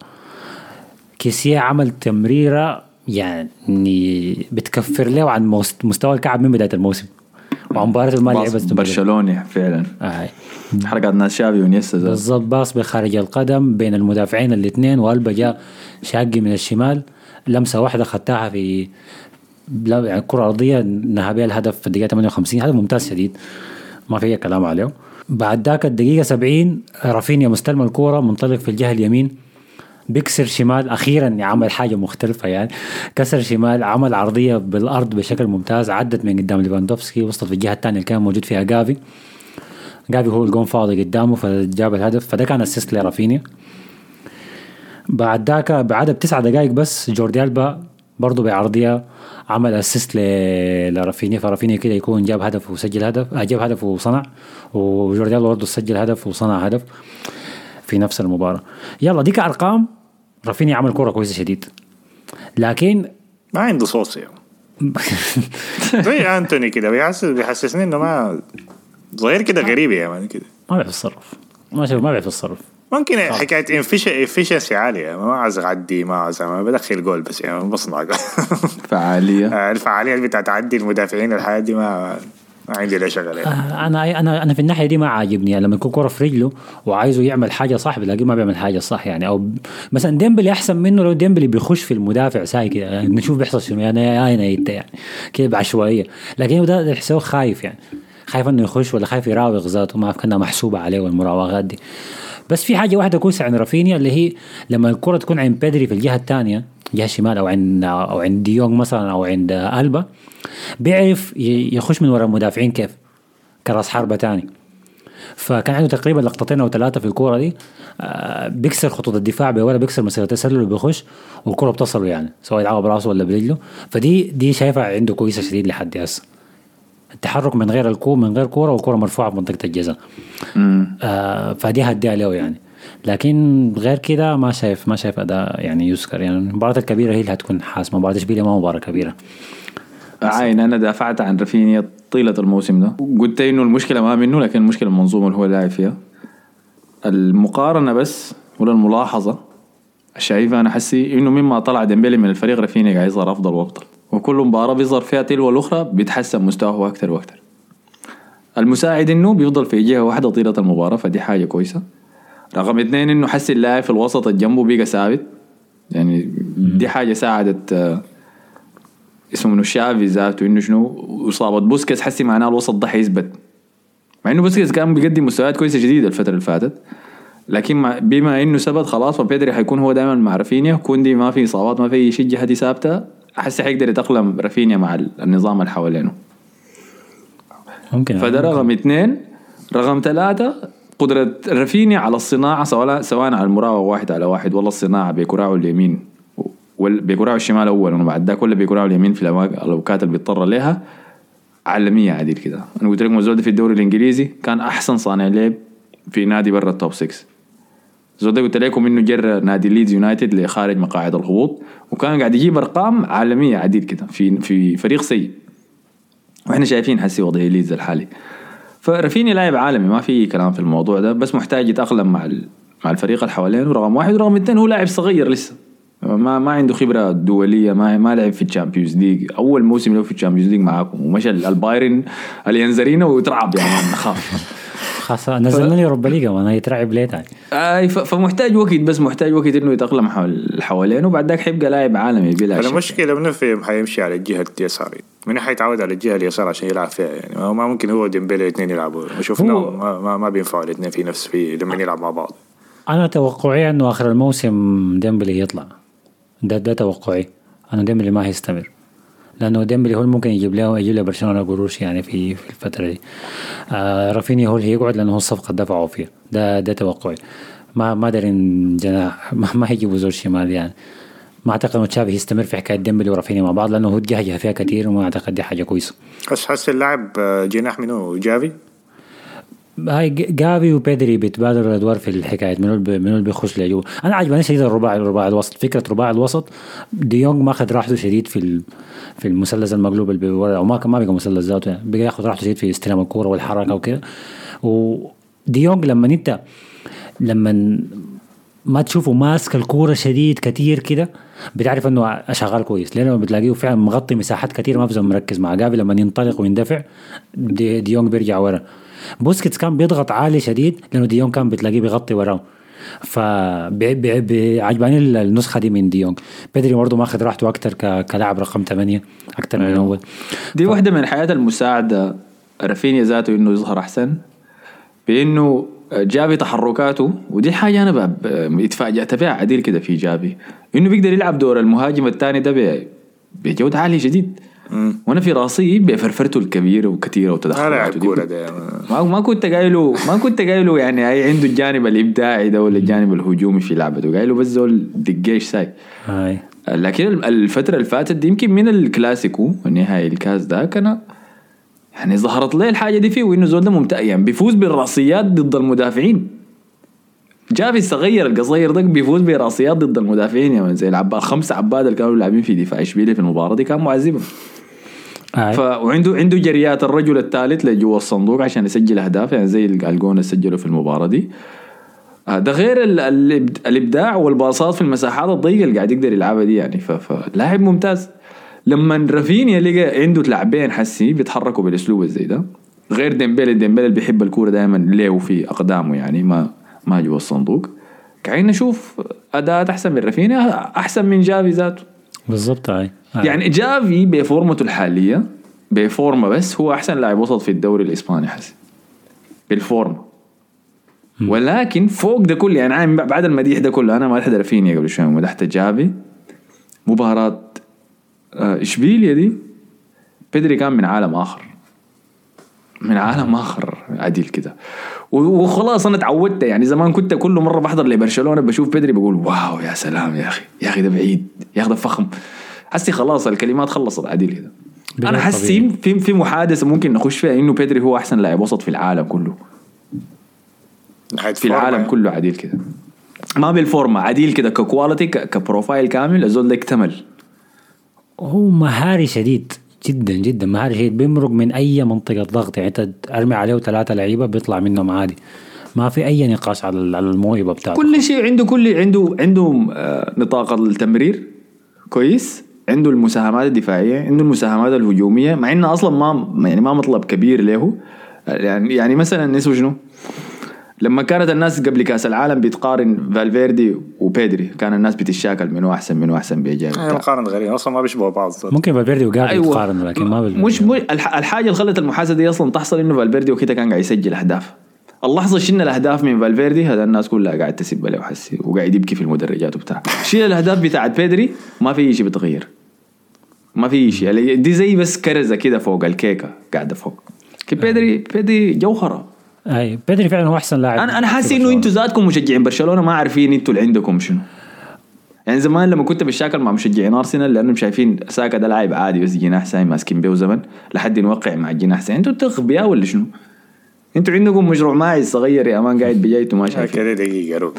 كيسيا عمل تمريرة يعني بتكفر له عن مستوى الكعب من بداية الموسم، وعمبارة ما لعبت برشلونة فعلا. حركات ناس شافي ونيستا بالضبط، باص بخارج القدم بين المدافعين الاثنين، وألبا جاء شاقي من الشمال، لمسة واحدة خدتها في يعني كرة أرضية نهى بها الهدف في الدقيقة 58. هذا ممتاز شديد ما فيه كلام عليه. بعد ذاك الدقيقة 70 رافينيا مستلم الكرة منطلق في الجهة اليمين، بيكسر شمال أخيرا عمل حاجة مختلفة يعني، كسر شمال عمل عرضية بالأرض بشكل ممتاز، عدت من قدام ليفاندوفسكي وصلت في الجهة الثانية اللي كان موجود فيها جافي هو الجون فاضي قدامه فجاب الهدف. فده كان أسيست لرافينيا. بعد ذاك بعد ب9 دقائق بس جوردي ألبا برضه بعرضية عمل اسيست لرافينيا، فرافينيا كده يكون جاب هدف وسجل هدف، جاب هدف وصنع، وجوردي ألبا برضه سجل هدف وصنع هدف في نفس المباراة. يلا ديك أرقام رافينيا عمل كرة كويسة شديد، لكن ما عنده صوص يعني. زي أنتوني كده بيحسسني إنه ما ظاهر كده غريب يا مان كده، ما بيعرف يتصرف، ما بيعرف يتصرف. ممكن حكاية efficiency عالية، ما عايز أعدي، ما عايز ما بدخل جول بس يعني بصنع فعالية. الفعالية بتاعت تعدي المدافعين الحياة دي ما عندي لا شغل يعني. انا في الناحيه دي ما عاجبني يعني لما يكون كرة في رجله وعايزه يعمل حاجه صح بلاقيه ما بيعمل حاجه صح يعني. او مثلا ديمبلي احسن منه لو ديمبلي بيخش في المدافع ساي كده يعني نشوف بيحصل شنو يعني اين يعني كده بعشوائيه، لكن هو ده الحساب خايف يعني، خايف انه يخش ولا خايف يراوغ ذاته، ما كانها محسوبه عليه والمراوغات دي. بس في حاجه واحده كويسه عن رافينيا اللي هي لما الكرة تكون عند بيدري في الجهه الثانيه جهه الشمال او عند ديونج مثلا او عند ألبا، بيعرف يخش من وراء المدافعين كيف كراس حربة تاني. فكان عنده تقريبا لقطتين أو 3 في الكورة دي، بيكسر خطوط الدفاع ولا بيكسر مسيرة التسلل وبيخش والكرة بتصله يعني سواء يلعبها براسه ولا برجله. فدي شايفها عنده كويسة شديد لحد هسه، التحرك من غير من غير كورة والكرة مرفوعة في منطقة الجزاء. فدي هديها له يعني، لكن غير كده ما شايف أداء يعني يذكر يعني. المباراة الكبيرة هي اللي هتكون حاسمة، مباراة إشبيلية ما مباراة كبيرة. عاين أنا دافعت عن رافينيا طيلة الموسم ده، قلت إنه المشكلة ما منه لكن المشكلة المنظومة اللي هو لاعب فيها. المقارنة بس ولا الملاحظة شايفة أنا حسي إنه مما طلع ديمبلي من الفريق رافينيا قاعد يظهر أفضل وأفضل، وكل مباراة بيظهر فيها تلو الأخرى بيتحسن مستواه أكتر وأكتر. المساعد إنه بيفضل في جهة واحدة طيلة المباراة، فدي حاجة كويسة. رقم 2 إنه حسي اللاعب في الوسط الجنبه بيقى ثابت يعني، دي حاجة ساعدت اسمه منو شافي ذاته إنه شنو وصابت بوسكيتس حسي معناه الوسط ده حيثبت، مع إنه بوسكيتس كان بيقدم مستويات كويسة جديدة الفترة اللي فاتت، لكن بما إنه ثبت خلاص فبيدري حيكون هو دائما مع رافينيا، كوندي ما في إصابات ما في شيء جهة دي ثابتة، أحس حيقدر يتأقلم رافينيا مع النظام اللي حوالينه ممكن. فده رقم 2. رقم 3 قدرة رافينيا على الصناعة سواء على المراوغة 1 على 1 ولا الصناعة بكراعه اليمين بيكراعه الشمال أول وبعد ده كله بيكراعه اليمين في الأوقات اللي بيضطر لها عالمية عديد كده. أنا قلت لكم زود في الدوري الإنجليزي كان أحسن صانع لعب في نادي برا التوب 6، زود قلت لكم إنه جرى نادي ليدز يونايتد لخارج مقاعد الهبوط وكان قاعد يجيب أرقام عالمية عديد كده في فريق سيء، وإحنا شايفين حسي وضعي ليدز الحالي. فرافينيا لاعب عالمي ما في كلام في الموضوع ده، بس محتاج يتأقلم مع الفريق اللي حوالينه رقم 1. ورقم 2 هو لاعب صغير لسه ما عنده خبرة دولية، ما لعب في الشامبيونز ليج، أول موسم له في الشامبيونز ليج معاكم ومشى البايرن اللي ينزرينه ويترعب يعني نخاف خاصة نزلني يوروبا ليجا وانا يترعب ليه تاني. فمحتاج وقت، بس محتاج وقت انه يتأقلم حوالينه وبعد ذاك حيبقى لاعب عالمي بلا شك. المشكلة منه في حيمشي على الجهة اليسار، من حيتعود على الجهة اليسار عشان يلعب فيها يعني، ما ممكن هو ديمبلي الاثنين يلعبوا، وشوفنا ما بينفعوا الاثنين في نفس لما يلعب مع بعض. انا توقعي انه اخر الموسم ديمبلي يطلع، ده توقعي. انا ديمبلي ما هيستمر لانه ديمبلي هو ممكن يجيب له برشلونة قروش يعني في الفترة دي. رافينيا هو اللي يقعد لانه هو الصفقة دفعوا فيها، ده توقعي. ما دارين جناح ما هيجيبوا زور شمال يعني. ما اعتقد انه تشافي يستمر في حكاية ديمبلي ورافينيا مع بعض لانه هو جهة فيها كتير وما اعتقد دي حاجة كويسة. حس اللاعب جناح منه جافي، هاي جافي وبيدري بيتبادلوا الادوار في الحكايه منو اللي بيخش لجوه. انا عجبني شديد الرباعي الوسط، فكره رباعي الوسط. ديونج ماخذ راحته شديد في المثلث المقلوب اللي بيورا، او ما بيقى مثلث ذاته يعني، بياخذ راحته شديد في استلام الكوره والحركه وكده. وديونج لما ما تشوفه ماسك الكوره شديد كتير كده بتعرف انه شغال كويس، لانه بتلاقيه فعلا مغطي مساحات كتير ما بيفضل مركز مع جافي. لما ينطلق ويندفع ديونج بيرجع ورا. بوسكيتس كان بيضغط عالي شديد لانه ديونج كان بتلاقيه بيغطي وراه، عجباني النسخه دي من ديونج. بيدري برضه ماخذ راحته اكتر كلاعب رقم 8 اكتر من اول. دي واحده من حياه المساعده رافينيا ذاته انه يظهر احسن بانه جافي تحركاته، ودي حاجه انا اتفاجأت بها عديل كده في جافي، انه بيقدر يلعب دور المهاجم الثاني ده بجوده عاليه جديد. وانا في راسي بفرفرته الكبيره وكثيره وتدخلاته ما كنت قايله يعني هي عنده الجانب الابداعي ده ولا الجانب الهجومي في لعبته، قايله بس زول دقيش ساي. لكن الفتره اللي فاتت دي يمكن من الكلاسيكو والنهائي الكاس ده كان يعني ظهرت لي الحاجه دي فيه، وانه زول ده ممتع يعني بيفوز بالراسيات ضد المدافعين. جافي الصغير القصير ده بيفوز براسيات ضد المدافعين يعني زي الخمسه عباد اللي كانوا لاعبين في دفاع اشبيليه في المباراه دي كان معذبه. وعنده جريات الرجل الثالث لجوا الصندوق عشان يسجل اهداف يعني زي الجون اللي سجله في المباراه دي. ده غير الابداع والباصات في المساحات الضيقه اللي قاعد يقدر يلعبها دي يعني. فلاعب ممتاز. لما رافينيا لقى عنده لاعبين حسي بيتحركوا بالاسلوب زي ده غير ديمبلي اللي بيحب الكوره دائما ليه في اقدامه يعني ما جوا الصندوق، قاعدين نشوف اداء احسن من رافينيا احسن من جافي ذاته بالضبط. يعني جافي بفورمته الحاليه بفورمه بس هو احسن لاعب وسط في الدوري الاسباني حسي بالفورمه. ولكن فوق ده كله يعني بعد المديح ده كله انا ما مدحت رافينيا قبل شويه مدحت جافي. مباراه اشبيليا دي بيدري كان من عالم اخر عديل كده. وخلاص انا تعودت يعني زمان كنت كل مره بحضر لبرشلونه بشوف بيدري بقول واو يا سلام يا اخي ده بعيد يا اخي ده فخم. حسي خلاص الكلمات خلصت عديل كده. انا حسي في محادثه ممكن نخش فيها انه بيدري هو احسن لاعب وسط في العالم كله في العالم كله عديل كده ما بالفورمه عديل كده ككواليتي كبروفايل كامل الزول ده اكتمل. هو مهاري شديد جدا جدا مهاري شديد بيمرق من اي منطقه ضغط يعني ارمي عليه 3 لعيبه بيطلع منهم عادي ما في اي نقاش على الموهبه بتاعته. كل شيء عنده نطاق التمرير كويس عنده المساهمات الدفاعيه عنده المساهمات الهجوميه مع انه اصلا ما مطلب كبير له يعني مثلا نسوا شنو لما كانت الناس قبل كاس العالم بتقارن فالفيردي وبيدري كان الناس بتتشاكل منه احسن بيجي مقارنه غريبه اصلا ما بيشبهوا بعض ممكن فالفيردي وجافي يتقارنوا لكن ما مش الحاجه اللي خلت المحادثه دي اصلا تحصل انه فالفيردي وكده كان قاعد يسجل اهداف. اللحظه شلنا الاهداف من فالفيردي هذا الناس كلها قاعد تسب له وحسي وقاعد يبكي في المدرجات وبتاع. شيل الاهداف بتاعت بيدري ما في شيء بيتغير ما في شيء يعني دي زي بس كرزه كده فوق الكيكه قاعده فوق. بيدري جوهره. اي بيدري فعلا هو احسن لاعب. انا حاسس انه انتوا ذاتكم مشجعين برشلونه ما عارفين انتوا اللي عندكم شنو. يعني زمان لما كنت بالشاكل مع مشجعين ارسنال لانهم شايفين ساكا ده لاعب عادي بس جناح ساي ماسكين بيه زمن لحد نوقع مع الجناح ساي. انتوا تغبياء ولا شنو؟ انتوا عندكم مشروع ماعي صغير يا امان قاعد بجايته ما شايف كده دقيقه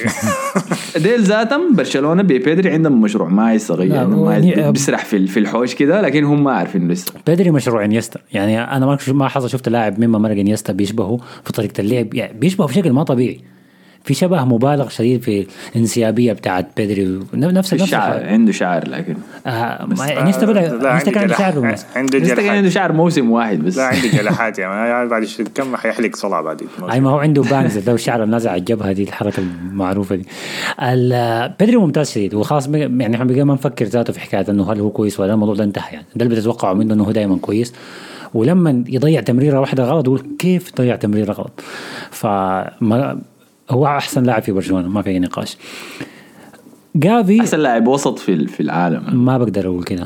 ديل ذاتهم برشلونه بيدري عندهم مشروع ماعي صغير بيسرح في الحوش كده لكن هم ما عارفين لسه. بيدري مشروع انيستا يعني انا ما حظ شفت لاعب مما مرق انيستا بيشبهه في طريقه اللعب يعني بيشبهه بشكل ما طبيعي في شبه مبالغ شديد في الانسيابيه بتاعت بيدري نفس الشعر عنده شعر لكن انيستا كان شعره عنده شعر موسم واحد بس لا عنده جلحات يعني بعد كم حيحلق صلع بعد اي ما هو عنده بانز ده والشعر النازع على الجبهه دي الحركه المعروفه دي. بيدري ممتاز شديد وخلاص يعني احنا بقى ما نفكر ذاته في حكايه انه هل هو كويس ولا الموضوع ده انتهى يعني ده اللي بتتوقعه منه انه هو دائما كويس ولما يضيع تمريره واحده غلط يقول كيف ضيع تمريره غلط. فما هو احسن لاعب في برشلونه ما في نقاش. جافي احسن لاعب وسط في العالم ما بقدر اقول كده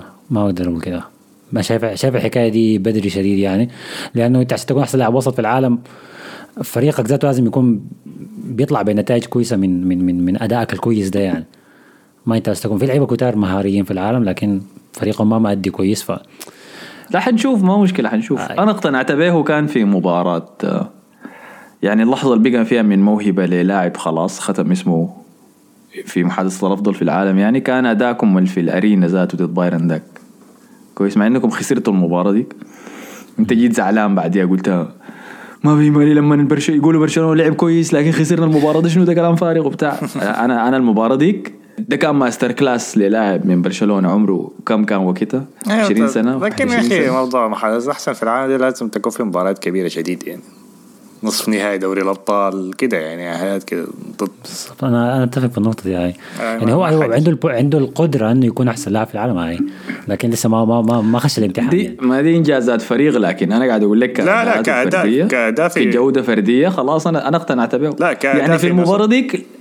ما شايف الحكايه دي بدري شديد يعني لانه انت عشان تكون احسن لاعب وسط في العالم فريقك ذاته لازم يكون بيطلع بنتائج كويسه من ادائك الكويس ده يعني ما انت تكون في لعيبه كتار مهاريين في العالم لكن فريقهم ما مادي كويس لا حنشوف ما مشكله حنشوف. انا اقتنعت به وكان في مباراه يعني اللحظة اللي بقى فيها من موهبة للاعب خلاص ختم اسمه في محادثة الأفضل في العالم يعني كان أداكم في الأرينا ذاته ضد بايرن داك كويس مع إنكم خسرتوا المباراة دي أنت جيت زعلان بعديها قلت ما في مالي لما يقولوا برشلونة لعب كويس لكن خسرنا المباراة دي شنو ده كلام فارغ وبتاع. أنا المباراة ديك ده كان ماستر كلاس للاعب من برشلونة عمره كم كان وقتها 20 سنة. لكن يا أخي موضوع محادثة أحسن في العالم دي لازم تكون في مباريات كبيرة شديد يعني نصف نهائي دوري الأبطال كده يعني حيات كده ضد. أنا أتفق في النقطة دي يعني هو عنده القدرة إنه يكون أحسن لاعب في العالم هاي لكن لسه ما خش الامتحان دي يعني. ما دي إنجازات فريق لكن أنا قاعد أقول لك لا كأداء كجودة فردية خلاص أنا اقتنعت به يعني في المباراة ديك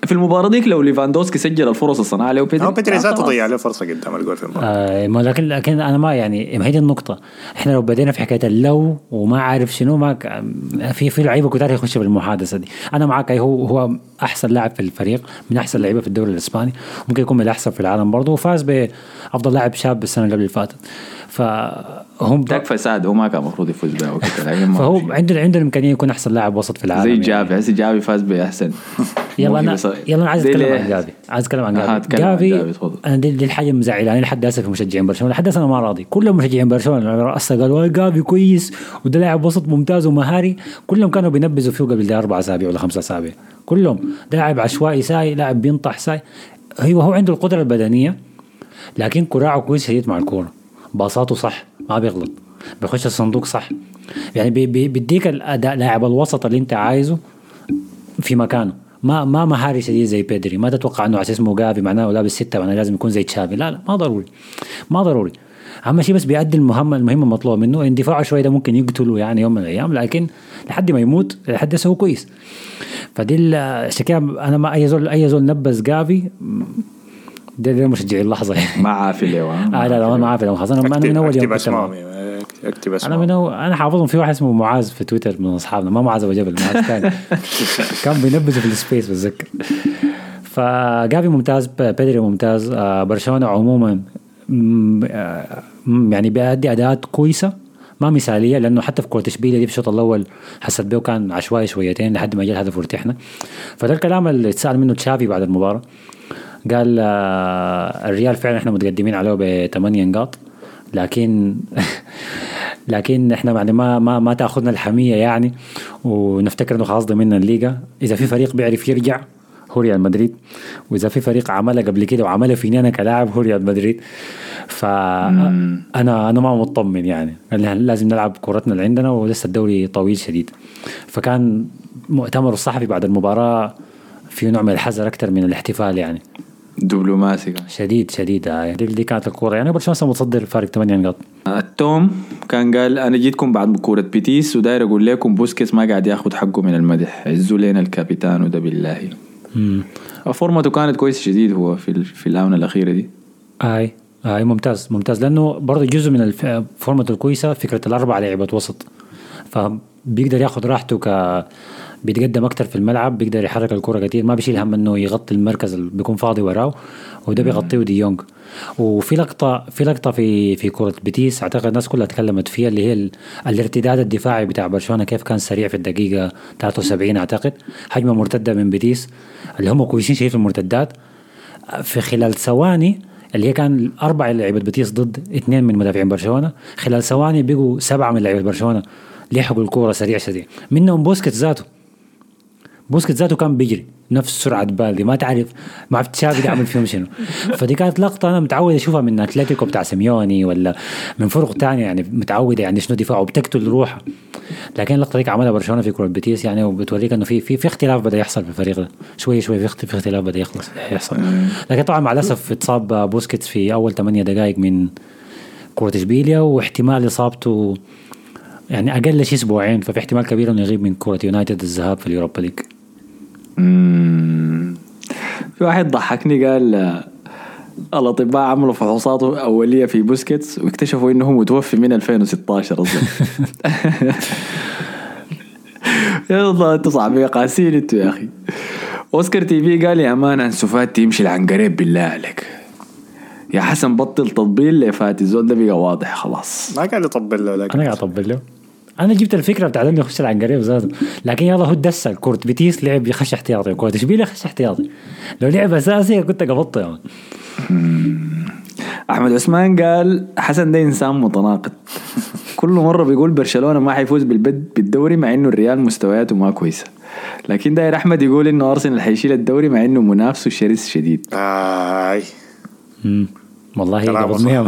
في المباراة ديك لو ليفاندوسكي سجل الفرص الصناعة له هو بيدري ذاته ضيع له فرصة قدام الجول في المباراة. ما لكن انا ما يعني ما هي دي النقطه. احنا لو بدينا في حكايه اللو وما عارف شنو ما في لعيبه كتار يخشوا في المحادثه دي. انا معك، هو احسن لاعب في الفريق، من احسن لعيبه في الدوري الاسباني، ممكن يكون من الاحسن في العالم برضه، وفاز بافضل لاعب شاب السنه اللي فاتت. فهم تكفى سعد هو ما كان المفروض يفوز بها وكده. فهو عنده الامكانيه يكون احسن لاعب وسط في العالم زي يعني. جافي، هسه جافي فاز باحسن. يلا انا عايز اتكلم عن جافي. انا دي الحاجه مزعلاني لحد هسه في مشجعين برشلونه، لحد هسه انا ما راضي. كلهم مشجعين برشلونه رأسا قالوا جافي كويس وده لاعب وسط ممتاز ومهاري، كلهم كانوا بينبذوا فيه قبل 4 أسابيع ولا 5 أسابيع. كلهم ده لاعب عشوائي ساي، لاعب بينطح ساي. هو عنده القدره البدنيه، لكن كراعه كويس شديد مع الكوره، باصاته صح، ما بيغلط، بيخش الصندوق صح، يعني بيديك الاداء لاعب الوسط اللي انت عايزه في مكانه. ما مهاري شديد زي بيدري. ما تتوقع انه عشان اسمه جافي معناه لابس 6 معناه لازم يكون زي تشافي. لا ما ضروري. اهم شيء بس بيأدي المهمه المطلوبه منه. اندفاعه شويه ده ممكن يقتله يعني يوم من الايام، لكن لحد ما يموت لحد هو كويس. فدي الشكايه. انا ما اي زول نبذ جافي ده مشجعي اللحظه يعني. ما عافي له. لا ما عافي له خلاص. انا من اول يوم اكتب اسمه. انا حافظهم. في واحد اسمه معاذ في تويتر من اصحابنا، ما معاذ ابو جبل، معاذ ثاني كان بينبذ في السبيس بتذكر. فجافي ممتاز، بيدري ممتاز. برشلونه عموما يعني بيأدي اداءات كويسه ما مثاليه، لانه حتى في كره اشبيليه دي في الشوط الاول حسيت بيه كان عشوائي شويتين لحد ما جاء الهدف وارتحنا. فده الكلام اللي اتسال منه تشافي بعد المباراه، قال الريال فعلا احنا متقدمين عليه ب8 نقاط، لكن احنا يعني ما تاخذنا الحميه يعني ونفتكر انه خلاص ضمننا الليغا. اذا في فريق بيعرف يرجع هو ريال مدريد، واذا في فريق عملها قبل كده وعملها فيني انا كلاعب هو ريال مدريد. فانا ما مطمن يعني، لازم نلعب كورتنا اللي عندنا ولسه الدوري طويل شديد. فكان مؤتمر الصحفي بعد المباراه في نوع من الحذر اكثر من الاحتفال يعني، دبلوماسي شديد. دي كانت الكوره يعني. برشلونه متصدر فارق 8 نقاط. التوم كان قال انا جيتكم بعد كوره بيتيس وداير اقول لكم بوسكيتس ما قاعد ياخذ حقه من المدح، عزوا لنا الكابيتان وده بالله. فورمته كانت كويس شديد هو في الاونه الاخيره دي. اي ممتاز لانه برضه جزء من فورمته الكويسه فكره 4 لاعيبه وسط، فبيقدر ياخذ راحته بيتقدم اكتر في الملعب، بيقدر يحرك الكرة كتير، ما بيشيل هم انه يغطي المركز اللي بيكون فاضي وراه، وده بيغطيه دي يونغ. وفي لقطة في كرة بيتيس اعتقد الناس كلها تكلمت فيها، اللي هي الارتداد الدفاعي بتاع برشلونة كيف كان سريع في الدقيقة 73 اعتقد، هجمة مرتدة من بيتيس اللي هم كويسين شيء في المرتدات، في خلال ثواني اللي هي كان 4 لعيبة بيتيس ضد 2 من مدافعين برشلونة، خلال ثواني بقوا 7 من لعيبة برشلونة ليحقوا الكرة سريع منهم بوسكيتس ذاته كان بيجري نفس سرعة بالدي، ما عرفت تشافي ده عمل فيهم شنو. فدي كانت لقطة أنا متعود أشوفها من أتلتيكو بتاع سيميوني ولا من فرق تانية يعني، متعودة يعني شنو دفاعه بتقتل روحه، لكن اللقطة ديك عملها برشلونة في كرة بيتيس يعني، وبتوريك إنه في اختلاف بدأ يحصل في الفريق ده شوي في اختلاف بدأ يحصل. لكن طبعا مع الأسف اتصاب بوسكيتس في أول 8 دقائق من كرة إشبيليا، واحتمال إصابته يعني أقل شيء 2 أسبوع، ففي احتمال كبير إنه يغيب من كرة يونايتد الذهاب في اليوروبا ليج. في واحد ضحكني قال الأطباء عملوا فحوصات أولية في بوسكيتس واكتشفوا إنه متوفي من 2016 أصلا. يا الله أنت صعبين قاسين أنتوا يا أخي. أوسكار تي في قال يا أمان أنسو فاتي يمشي العنقريب بالله عليك يا حسن، بطل تطبيل لفاتي الزول ده بقى واضح خلاص. ما قاعد يطبل له، لكن أنا قاعد أطبل له. أنا جبت الفكرة بتاعت إنه يخش العنقريب زاد، لكن يلا هو دسل كرة بيتيس لعب يخش احتياطي، وكرة إشبيلية خش احتياطي، لو لعب أساسي كنت قبضته يعني. أحمد عثمان قال حسن ده إنسان متناقض، كل مرة بيقول برشلونة ما حيفوز بالدوري مع إنه الريال مستوياته ما كويسة، لكن داير أحمد يقول إنه أرسنال حيشيل الدوري مع إنه منافسه شرس شديد. والله قبضني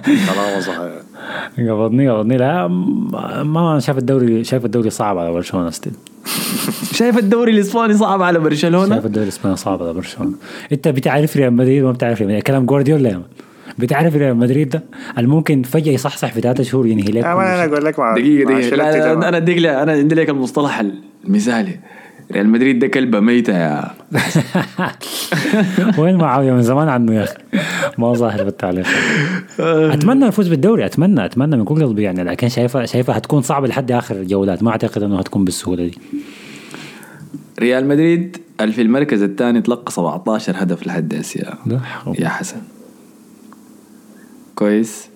قبضني لا ما شايف الدوري صعب على برشلونة ستيل. شايف الدوري الإسباني صعب على برشلونة. شايف الدوري الإسباني صعب على برشلونة. أنت بتعرف ريال مدريد وما بتعرف ريال مدريد، كلام جوارديولا يعني. بتعرف ريال مدريد ده الممكن فجأة يصحصح في 3 شهور ينهي لك. أنا أقول لك دقيقة لا أنا عندي لك المصطلح المثالي، ريال مدريد ده كلبة ميتة يا وين معاوية من زمان عنه يا أخي ما ظاهر بالتعليق. أتمنى يفوز بالدوري أتمنى من كل قلبي يعني لكن شايفة هتكون صعبة لحد آخر جولات ما أعتقد أنه هتكون بالسهولة دي. ريال مدريد في المركز الثاني تلقى 17 هدف لحد هسه يا حسن كويس.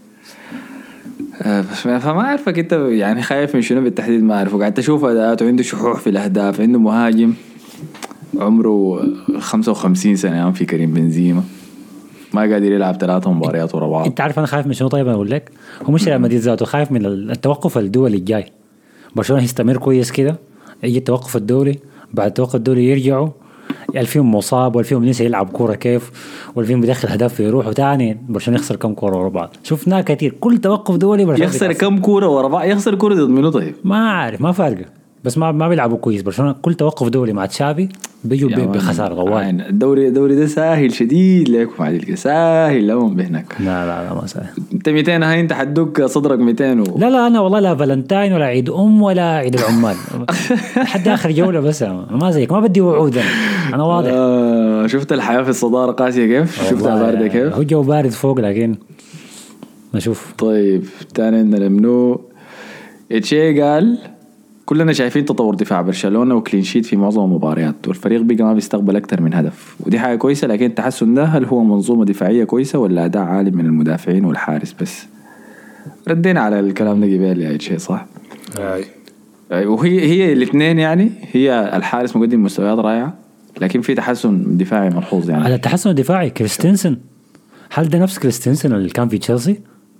فما أعرفك أنت يعني خايف من شنو بالتحديد ما أعرفه. قاعد تشوف أداءاته عنده شحوح في الأهداف عنده مهاجم عمره 55 سنة يعني في كريم بنزيما ما قادر يلعب 3 مباريات ورا بعض. أنت عارف أنا خايف من شنو طيب أقول لك هو مش ريال مدريد ذاته خايف من التوقف الدولي الجاي. برشلونة يستمر كويس كده يجي التوقف الدولي بعد التوقف الدولي يرجعوا الفيهم مصاب والفيهم لسه يلعب كورة كيف والفيهم بدخل هدف يروح وتاني برشلونة يخسر كم كورة ورا بعض. شفناه كتير كل توقف دولي برشلونة يخسر كم كورة ورا بعض يخسر كورة ضد منو طيب ما عارف ما فارقة بس ما بيلعبوا كويس. برشلونة كل توقف دولي مع تشافي بيجوا بخسارة غوال. الدوري ده ساهل شديد ليكم عادل ساهل لهم بهناك. لا ما سهل. انت 200 هاي انت حدوك صدرك 200 لا انا والله لا فالنتاين ولا عيد ولا عيد العمال لحد اخر جولة بس ما زيك ما بدي وعود انا واضح. شفت الحياة في الصدارة قاسية كيف شفتها باردة كيف هو جو بارد فوق لكن نشوف. طيب تاني عندنا منو اتشي قال كلنا شايفين تطور دفاع برشلونة وكلين شيت في معظم المباريات والفريق بقى ما بيستقبل أكتر من هدف ودي حاجة كويسة لكن التحسن ده هل هو منظومة دفاعية كويسة ولا أداء عالي من المدافعين والحارس بس. ردينا على الكلام ده قبل يا شيء صح. وهي الاثنين يعني هي الحارس مقدم مستويات رائعة لكن في تحسن دفاعي ملحوظ يعني. على التحسن الدفاعي كريستنسن هل ده نفس كريستنسن اللي كان في تشيلسي؟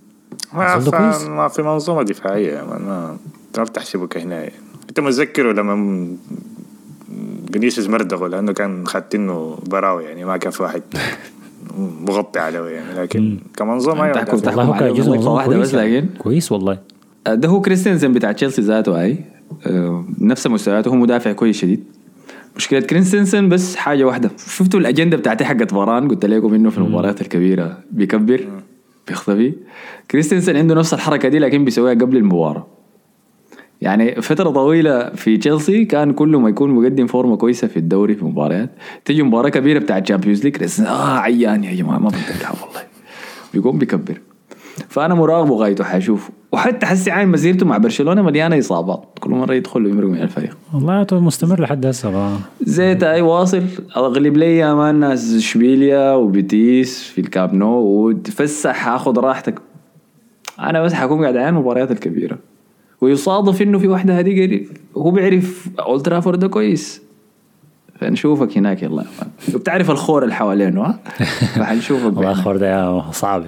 ما في منظومة دفاعية ما تعرف تحسبه كهنا. انت متذكره لما فينيسيوس مردغه لانه كان خدتينه براوي يعني ما كان في واحد مغطي عليه يعني لكن كمنظومة ايوه والله كان جزء منظومة واحدة بس لكن كويس والله. ده هو كريستنسن بتاع تشيلسي ذاته هاي نفس مستوياته هو مدافع كويس شديد. مشكلة كريستنسن بس حاجة واحدة شفتوا الأجندة بتاعتي حقت فاران قلت لكم إنه في المباريات الكبيرة بيكبر بيختفي. كريستنسن عنده نفس الحركة دي لكن بيسويها قبل المباراة. يعني فترة طويلة في تشيلسي كان كل ما يكون مقدم فورمة كويسة في الدوري في مباريات تيجي مباراة كبيرة بتاع الشامبيونز ليج عيان يا جماعة ما بتلعب والله بيقوم بيكبر. فأنا مراقبه غايته حاشوف وحتى حسي عين مسيرته مع برشلونة مليانة إصابات كل مرة يدخل ويمرق من الفريق والله مستمر لحد هسه زيت أي واصل أغلب لي أمان ناس شبيليا وبيتيس في الكاب نو وتفسح هاخد راحتك. أنا بس حكون قاعد عين مباريات الكبيرة ويصادف إنه في واحدة هذه قريب هو بيعرف أولد ترافورد ده كويس فنشوفك هناك يلا وبتعرف الخور اللي حوالينه فحنشوفك والله الخور ده صعب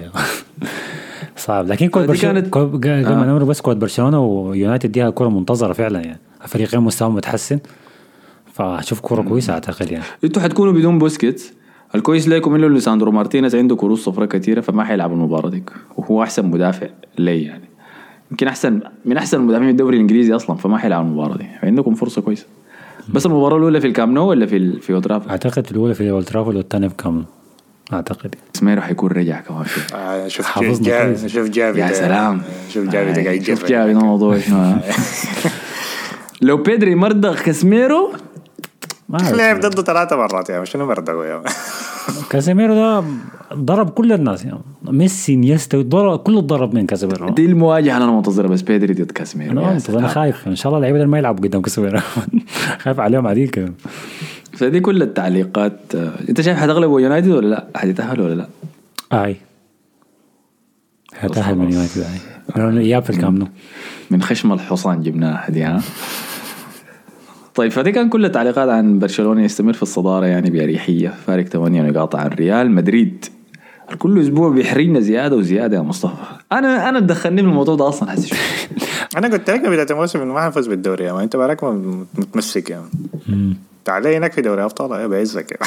صعب لكن كود برشلونة قبل ما نمر بس كود برشلونة ويونايتد دي كرة منتظرة فعلا يعني فريقين مستواهم متحسن فهشوف كرة كويسة أعتقد يعني. انتوا حتكونوا بدون بوسكيتس الكويس ليكم إنه ليساندرو مارتينيز عنده كروس صفرة كثيرة فما حيلعب المباراة دي وهو أحسن مدافع لي يعني يمكن أحسن من أحسن المدافعين الدوري الإنجليزي أصلا فما حيلعب المباراة دي عندكم فرصة كويسة. بس المباراة الأولى في الكام نو ولا في أولد ترافورد؟ أعتقد الأولى في أولد ترافورد والثانية في كام نو أعتقد. سميرو حيكون رجع كمان شوف جافي يا سلام شوف جافي ده قاعد شوف جافي ده موضوع شنو لو بيدري مرضغ كاسميرو لعب ضده 3 مرات يعني شنو مرضغه يا كاسيميرو ده ضرب كل الناس يعني ميسي نيستا ضرب كل الضرب من كاسيميرو. دي المواجهة أنا منتظرة بس بيدري ضد كاسيميرو أنا خايف إن شاء الله اللعيبة ما يلعبوا قدام كاسيميرو خايف عليهم عديل. فدي كل التعليقات. أنت شايف هتغلبوا يونايتد ولا لا هتتأهلوا ولا لا؟ هتأهل من يونايتد إياب في الكامنو من خشم الحصان جبناها دي ها. طيب فدي كان كل التعليقات عن برشلونة يستمر في الصدارة يعني بأريحية فارق 8 نقاط عن ريال مدريد. كل أسبوع بيحرينا زيادة وزيادة يا مصطفى. أنا تدخلني من الموضوع ده أصلا حسي أنا قلت لك بداية الموسم إنه ما حنفوز بالدوري يعني أنت بالك متمسك يعني تعالي هناك في دوري أبطال يا بعزك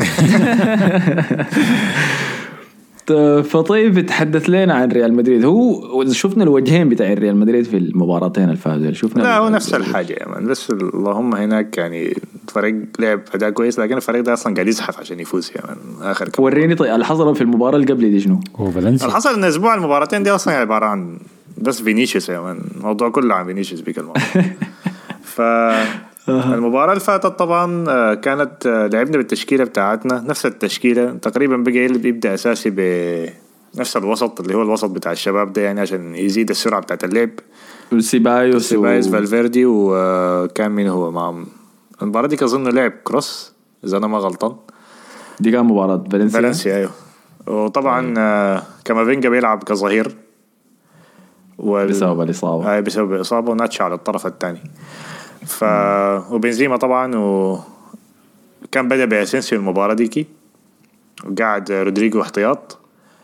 فطيب تحدث لنا عن ريال مدريد. هو شفنا الوجهين بتاع ريال مدريد في المباراتين الفازوا شفنا لا هو نفس الحاجة يعني بس اللهم هناك يعني فريق لعب أداء كويس لكن الفريق ده أصلا قاعد يزحف عشان يفوز يعني آخر كم وريني طيب اللي حصل في المباراة اللي قبل دي شنو اللي حصل إن أسبوع المباراتين دي أصلا عبارة عن بس فينيسيوس يعني الموضوع كله عن فينيسيوس بيك الموضوع المباراة اللي فاتت طبعا كانت لعبنا بالتشكيلة بتاعتنا نفس التشكيلة تقريبا، بقى اللي بيبدأ أساسي بنفس الوسط اللي هو الوسط بتاع الشباب ده يعني عشان يزيد السرعة بتاعت اللعب. سيبايوس فالفيردي، وكان مين هو مع المباراة دي كأظن لعب كروس إذا أنا ما غلطان. دي كان مباراة فالنسيا أيوه. وطبعا كامافينجا بيلعب كظهير بسبب الإصابة. بسبب الإصابة وناتشا على الطرف الثاني. وبنزيما طبعا وكان بدأ بأسينسيو المباراة ديكي وقاعد رودريجو احتياط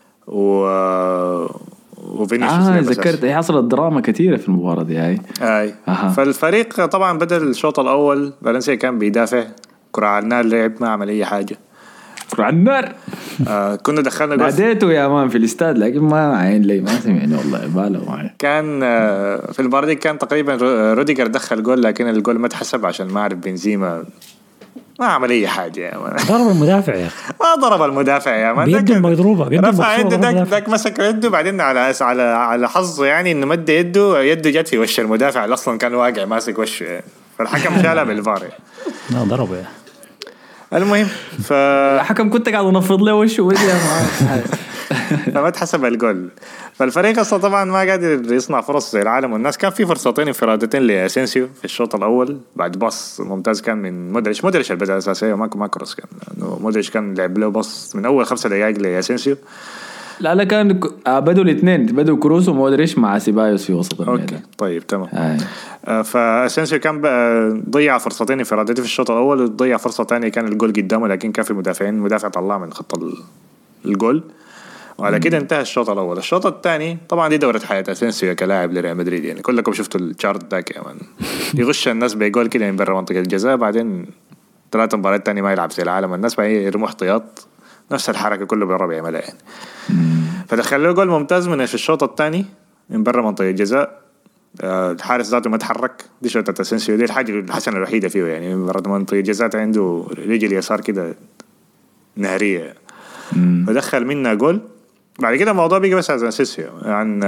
وفينيسيوس. ذكرت هي حصلت دراما كثيرة في المباراة دي هاي. فالفريق طبعا بدأ الشوط الأول فالنسيا كان بيدافع كرة على النار، لعب ما عمل أي حاجة. كرة على النار. كنا دخلنا ناديته يا مان في الاستاد لكن ما عين لي ما سمعني والله بالغ معي. كان في المباراة دي كان تقريبا روديجر دخل جول لكن الجول ما تحسب عشان ما عرف بنزيما ما عمل أي حاجة يا مان. ضرب المدافع يا أخي. ما ضرب المدافع يا مان. بيده مضروبة. رفع يده داك مسك يده بعدين على حظه يعني إنه مد يده جت في وش المدافع اللي أصلا كان واقع ماسك وشه، فالحكم شالها بالفار. لا ضربه يا. المهم الحكم كنت قاعد انفض له وشه فما تحسب الجول. فالفريق اصلا طبعا ما قادر يصنع فرص زي العالم والناس. كان في فرصتين انفرادتين لاسينسيو في الشوط الاول بعد باص ممتاز كان من مودريتش اللي بدا اساسيه ما كروس كان مودريتش كان لعب له باص من اول 5 دقائق لاسينسيو. لا كان بدوا الاثنين بدوا كروس ومودريتش مع سيبايوس في وسط الميدان. طيب تمام. فاسينسيو كان ضيع فرصتين انفرادتين في الشوط الاول وضيع فرصه ثانيه كان الجول قدامه لكن كان في مدافع طلع من خط الجول وعلى كده انتهى الشوط الاول. الشوط الثاني طبعا دي دوره حياه اسينسيو كلاعب لريال مدريد يعني كلكم شفتوا الشارت داك يا مان يغش الناس بيقول كده من برا منطقه الجزاء بعدين 3 مباريات ثانيه ما يلعب زي العالم الناس بقى يرموا احتياط نفس الحركه كله بيقرب يعملها يعني. فدخل له جول ممتاز من في الشوط الثاني من برا منطقه الجزاء. الحارس ذاته ما تحرك. دي شوطة اسينسيو دي الحاجه الحسنه الوحيده فيه يعني من برا منطقه الجزاء عنده رجل يسار كده نهريه فدخل منها جول. بعد كده الموضوع بيجي بس عن اسينسيو عن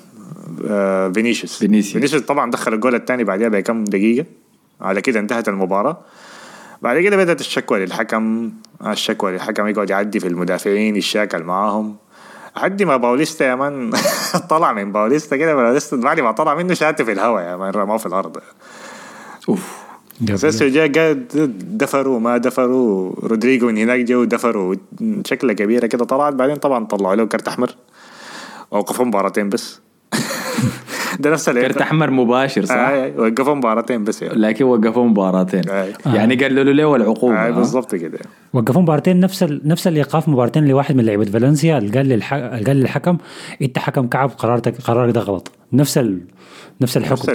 فينيسيوس طبعا دخل الجول الثاني بعدها بكم دقيقه على كده انتهت المباراه. بعد كده بدأت الشكوى للحكم يقعد يعدي في المدافعين يشاكل معاهم حد ما باوليستا يا من طلع من باوليستا كده بعد ما طلع منه شاته في الهواء يا من رماه في الأرض. اساسا جاء دفروا ما دفروا رودريجو من هناك جو دفروا شكله كبيرة كده طلعت بعدين طبعا طلعوا له كارت أحمر وقفوا مباراتين بس. ده نفس كارت أحمر مباشر صح؟ وقفوا مباراتين بس يعني. لكن وقفوا مباراتين يعني قالوا له العقوبة بالضبط كده. وقفوا مباراتين نفس الإيقاف مباراتين لواحد من لعيبة فالنسيا قال للحكم أنت حكم كعب قرارك ده غلط. نفس الحكم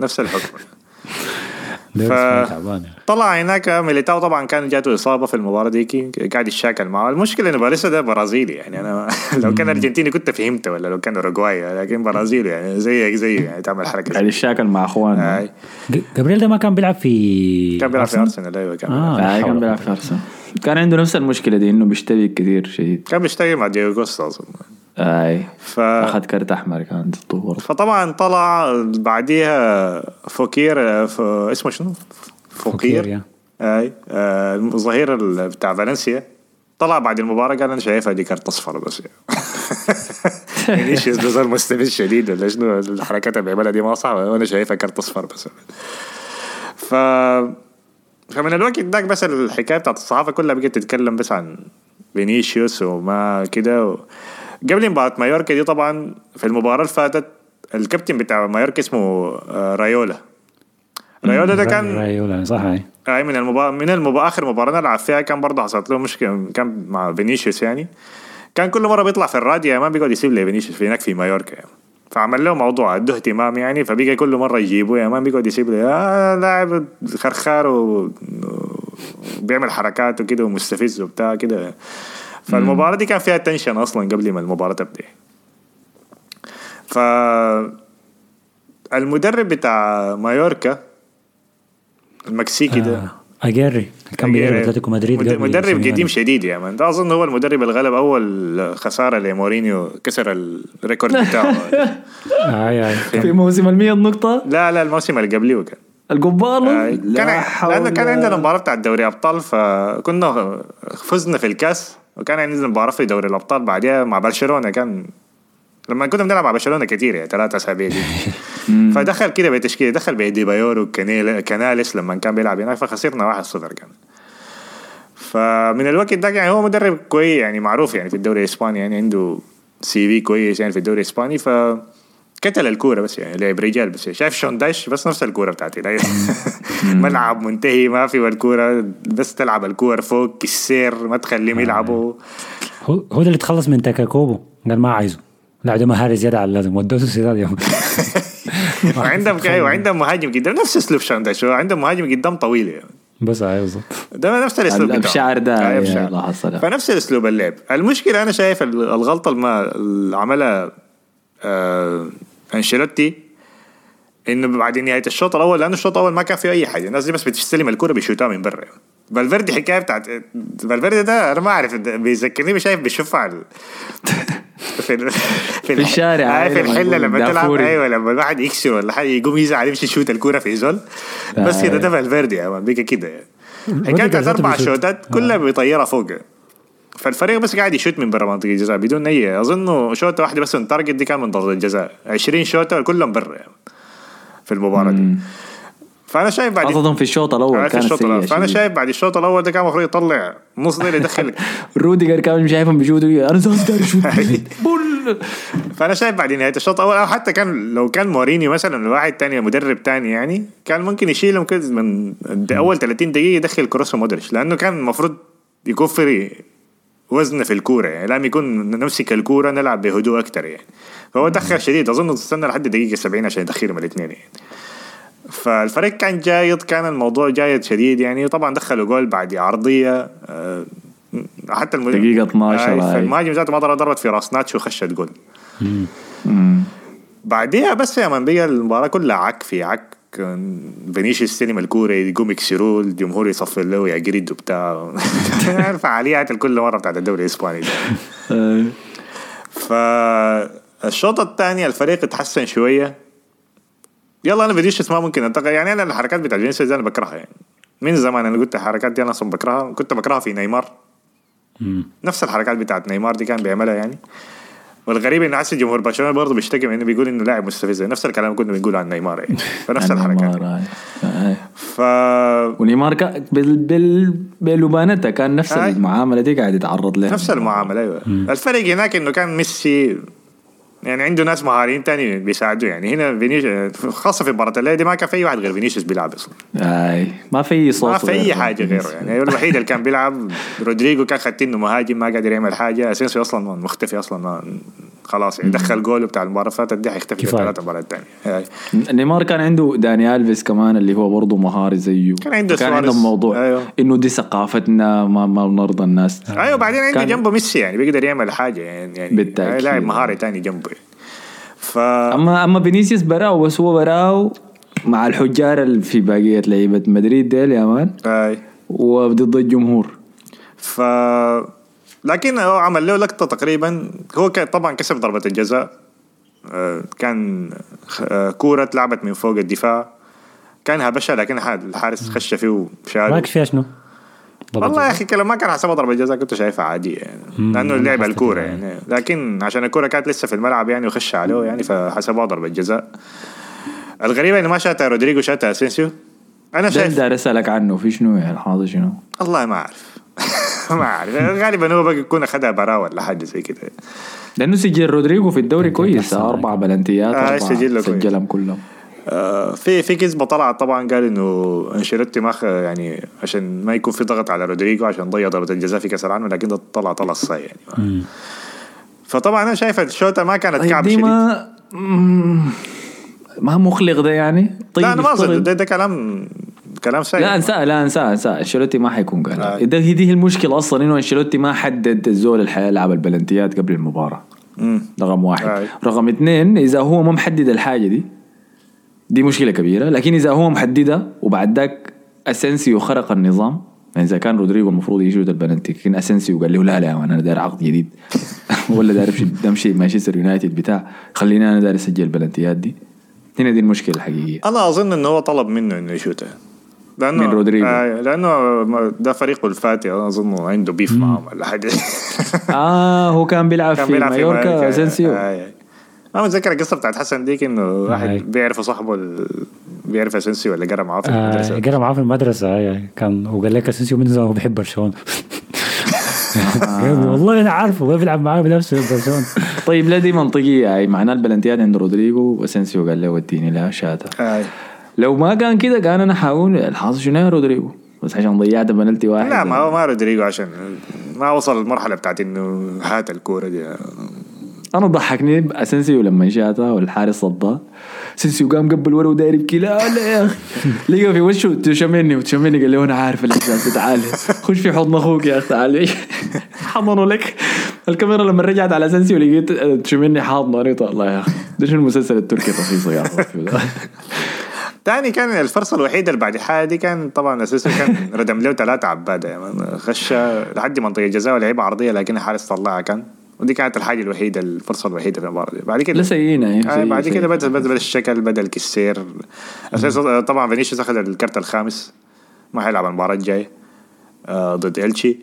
طلع هناك ميليتاو طبعا كان جاته إصابة في المباراة دي قاعد يشاكل معه. المشكلة إنه باريسا ده برازيلي يعني أنا لو كان أرجنتيني كنت فهمته ولا لو كان أوروغواي لكن برازيلي يعني زي يعني تعمل حركة يعني الشاكل مع أخوانه. جابرييل ده ما كان بيلعب في أرسنال أيوة كان بيلعب في أرسنال. كان عنده نفس المشكلة دي إنه بيشترك كثير شديد. كان بيشترك مع دييغو كوستا أظن. أخذ كارت أحمر كانت الطور. فطبعا طلع بعديها فوكير اسمه شنو؟ فوكير الظهير بتاع فالنسيا طلع بعد المباراة قال أنا شايفها دي كارت أصفر بس يعني إيش يصير مستفز شديد ولا شنو الحركات اللي بيعملها دي ما صح وأنا شايفها كارت أصفر بس. فمن الوقت داك بس الحكاية بتاعت الصحافة كلها بقت تتكلم بس عن فينيسيوس وما كده. قبل مباراة مايوركا دي طبعا في المباراة اللي فاتت الكابتن بتاع مايوركا اسمه رايولا ده كان رايولا صح من آخر مباراة نلعب فيها كان برضه حصلت له مشكلة كان مع فينيسيوس يعني كان كل مرة بيطلع في الراديو ما بيقعد يسيب لي فينيسيوس في هناك في مايوركا يعني. فعمل له موضوع عنده اهتمام يعني فبيجي كل مرة يجيبه يا ما بيقعد يسيب لي لاعب خرخار وبيعمل حركات وكده ومستفز وبتاع كده. فالمباراة دي كان فيها تنشن أصلا قبل ما المباراة تبدأ. فالمدرب بتاع مايوركا المكسيكي ده أجيري كان بيدرب أتلتيكو مدريد مدرب قديم شديد يا من ده أظن هو المدرب الغلب أول خسارة لمورينيو كسر الريكورد بتاعه في موسم 100 نقطة. لا الموسم اللي قبله كان القبال لأنه كان عندنا مباراة بتاع دوري أبطال، فكنا فزنا في الكاس وكان عندنا مباراة في دوري الأبطال بعدها مع برشلونة. كان لما كنا بنلعب مع برشلونة كتير يعني 3 أسابيع دي فدخل كده بتشكيلة، دخل بإديبايور وكاناليس لما كان بيلعب هناك فخسرنا 1-0 كان. فمن الوقت ده يعني هو مدرب كويس يعني معروف يعني في الدوري الإسباني، يعني عنده CV كويس يعني في الدوري الإسباني. كتل الكورة بس يعني لعب رجال بس. شايف شون دايش بس نفس الكورة بتاعتي ملعب منتهي ما في والكورة بس تلعب الكورة فوق كسير ما تخليهم يلعبوا. هو اللي تخلص من تاكاكوبو قال ما عايزه لا ده مهاري زيادة على اللازم ودوته سيداد يوم. وعندهم مهاجم قدام نفس اسلوب شون دايش، عندهم مهاجم قدام طويل يعني. بس بالضبط ده نفس الاسلوب الابشعر ده فنفس الاسلوب اللعب. المشكلة انا شايف الغلطة اللي عملها أنشيلوتي إنه بعد نهاية الشوط الأول، لأنه الشوط الأول ما كان فيه أي حاجة، الناس دي بس بتستلم الكرة بيشوتها من برا. فالفيردي حكاية بتاعت فالفيردي ده أنا ما أعرف بيذكرني بشايف بيشوفها في الشارع في الحلة لما تلعب أيوة لما الواحد يكسر ولا حاجة يقوم يزعل يمشي يشوت الكرة في زول بس كده. ده فالفيردي يا مان بيجي كده يعني حكاية 4 شوتات كلها بيطيرها فوق. فالفريق بس قاعد يشوت من برا منطقة الجزاء بدون أي أظنه شوطة واحدة بس من تارجت دي كان من ضربة الجزاء. 20 شوطة كلهم برا يعني في المباراة دي. فأنا شايف بعد أظن في الشوط الأول كان سيء. فأنا شايف بعد الشوط الأول ده كان مفروض يطلع نص ديل يدخل روديجر كان مش شايفهم بيجودوا أنا داري شوت بول. فأنا شايف بعد نهاية الشوط الأول أو حتى كان لو كان مورينيو مثلا واحد تاني مدرب تاني يعني كان ممكن يشيلهم كده من أول 30 دقيقة يدخل كروس ومودريتش، لأنه كان المفروض يكفر وزن في الكورة يعني لازم يكون نمسك الكورة نلعب بهدوء أكتر يعني. فهو دخل شديد أظن استنى لحد دقيقة 70 عشان يدخلهم الاثنين يعني. فالفريق كان جايد، كان الموضوع جايد شديد يعني. وطبعا دخلوا جول بعد عرضية حتى دقيقة 12 المهاجم ذاته ما ضربت في راس ناتشو وخشت جول. بعدها بس يا من بقى المباراة كلها عك في عك. فينيسيوس استلم الكورة يقوم يكسروه الجمهور يصفر له يا جريد وبتاع فعاليات الكل مرة بتاعت الدوري الإسباني. فالشوط الثاني الفريق اتحسن شوية. يلا أنا فينيسيوس ما ممكن أنتقل يعني. أنا الحركات بتاعت فينيسيوس أنا بكرهها يعني من زمان. أنا قلت الحركات دي أنا أصلا بكرهها. كنت بكرهها في نيمار نفس الحركات بتاعت نيمار دي كان بيعملها يعني. والغريب إنه عسى جمهور برشلونة برضه بيشتكي منه بيقول إنه لاعب مستفز. نفس الكلام كنا بنقول عن نيمار يعني. فنفس الحركات ونيمار كان بلبانته كان نفس المعاملة دي قاعد يتعرض لها نفس المعاملة أيوة. الفرق هناك إنه كان ميسي يعني عنده ناس مهاريين تاني بيساعدوا يعني. هنا فينيسيوس خاصة في مباراة الليلة دي ما كان في أي واحد غير فينيسيوس بيلعب أصلا. ما في صوت ما في أي حاجة غيره يعني. الوحيد اللي كان بيلعب رودريجو كان خدتينه مهاجم ما قادر يعمل حاجة. أسينسيو أصلا مختفي أصلا خلاص يعني. دخل جول بتاع المباراة فاتت دي حيختفي في 3 مباريات تانية. نيمار كان عنده داني ألفيس كمان اللي هو برضه مهاري زيه. كان عنده موضوع أيوه. إنه دي ثقافتنا ما نرضى الناس. أيوه بعدين عنده جنبه ميسي يعني بيقدر يعمل حاجة يعني بالتأكيد لاعب مهاري تاني جنبه. أما فينيسيوس براو بس هو براو مع الحجار في باقية لعيبة مدريد ديل يا مان وضد الجمهور. لكن هو عمل له لقطة تقريبا. هو طبعا كسب ضربة الجزاء. كان كورة لعبت من فوق الدفاع كان هبشة لكن الحارس خش فيه وشاله. رايك فيها شنو؟ والله يا أخي كلام ما كان حسب ضربة الجزاء كنت شايفها عادية يعني. لأنه اللعب الكورة يعني. لكن عشان الكورة كانت لسه في الملعب يعني وخش عليه يعني فحسبها ضربة جزاء. الغريبة إنه ما شاتها رودريجو شاتها أسينسيو. أنا شايف دار أسألك عنه في شنو يعني الحاضر شنو الله ما أعرف ما أعرف غالبا هو بقى يكون أخذها براءة ولا حاجة زي كده. لأنه سجل رودريجو في الدوري كويس 4 بلنتيات سجلهم كلهم. في كذبة طلعت طبعا قال إنه أنشيلوتي ما يعني عشان ما يكون في ضغط على رودريجو عشان ضيع ضربة الجزاء في كأس العالم لكن ده طلع الصاي يعني. فطبعا أنا شايف الشوطة ما كانت كعب شديد. ما مخلق ده يعني. طيب لا أنا ما أصدق ده كلام سيء. لا انسى أنشيلوتي ما حيكون قال ده. هي المشكلة أصلا إنه أنشيلوتي ما حدد الزول الحياة لعب البلنتيات قبل المباراة. رقم 1. رقم 2 إذا هو ما محدد الحاجة دي مشكلة كبيرة. لكن إذا هو محددة وبعد ذاك أسينسيو خرق النظام يعني إذا كان رودريجو المفروض يشوت البلنتي لكن أسينسيو قال له لا أنا داير عقد جديد ولا داير أمشي مانشستر يونايتد بتاع خلينا أنا داير أسجل البلنتيات دي هنا دي المشكله الحقيقيه. انا اظن انه هو طلب منه انه يشوته لانه من رودريجو. لانه ده فريقه الفاتي انا اظن عنده بيف معهم ولا حاجه. هو كان بيلعب في مايوركا اسينسيو. انا متذكر القصه بتاعت حسن ديك انه واحد بيعرف صاحبه بيعرف اسينسيو ولا قرا معاه في المدرسه. قرا معاه في المدرسه كان وقال لك اسينسيو من زمان بيحب برشلونه. والله انا عارفه هو بيلعب معاه بنفس برشلونه. طيب لا دي منطقيه هاي معناه البلنتيات عند رودريجو واسينسيو قال له وديني لا شاته. لو ما كان كده كان انا حاول الحاصل شنو رودريجو بس عشان ضيعت بنالتي واحد. لا ما رودريجو عشان ما وصل المرحله بتاعت انه هات الكوره دي. انا ضحكني اسينسيو لما شاتها والحارس صدها. اسينسيو قام قبل ورا وداير يبكي لا يا اخي لقى في وشه تشمني قال له انا عارف الاحساس تعال خش في حضن اخوك يا اخي تعال. حضنه لك الكاميرا لما رجعت على اسينسيو لقيت تشمني حاضنه ريطه. الله يا اخي ده شنو المسلسل التركي رخيصه يا اخي. تاني كان الفرصة الوحيدة اللي بعد الحاجة دي كان طبعا أساسا كان ردم له 3 عبادة يعني خش لحد منطقة الجزاء ولعبة عرضية لكن الحارس طلعها كان ودي كانت الحاجة الوحيدة الفرصة الوحيدة في المباراة دي. بعد كده لسينا بعد كده بدأ الشكل بدأ الكسير أساسا طبعا فينيسيوس أخذ الكرت الخامس ما حيلعب المباراة الجاية ضد إلتشي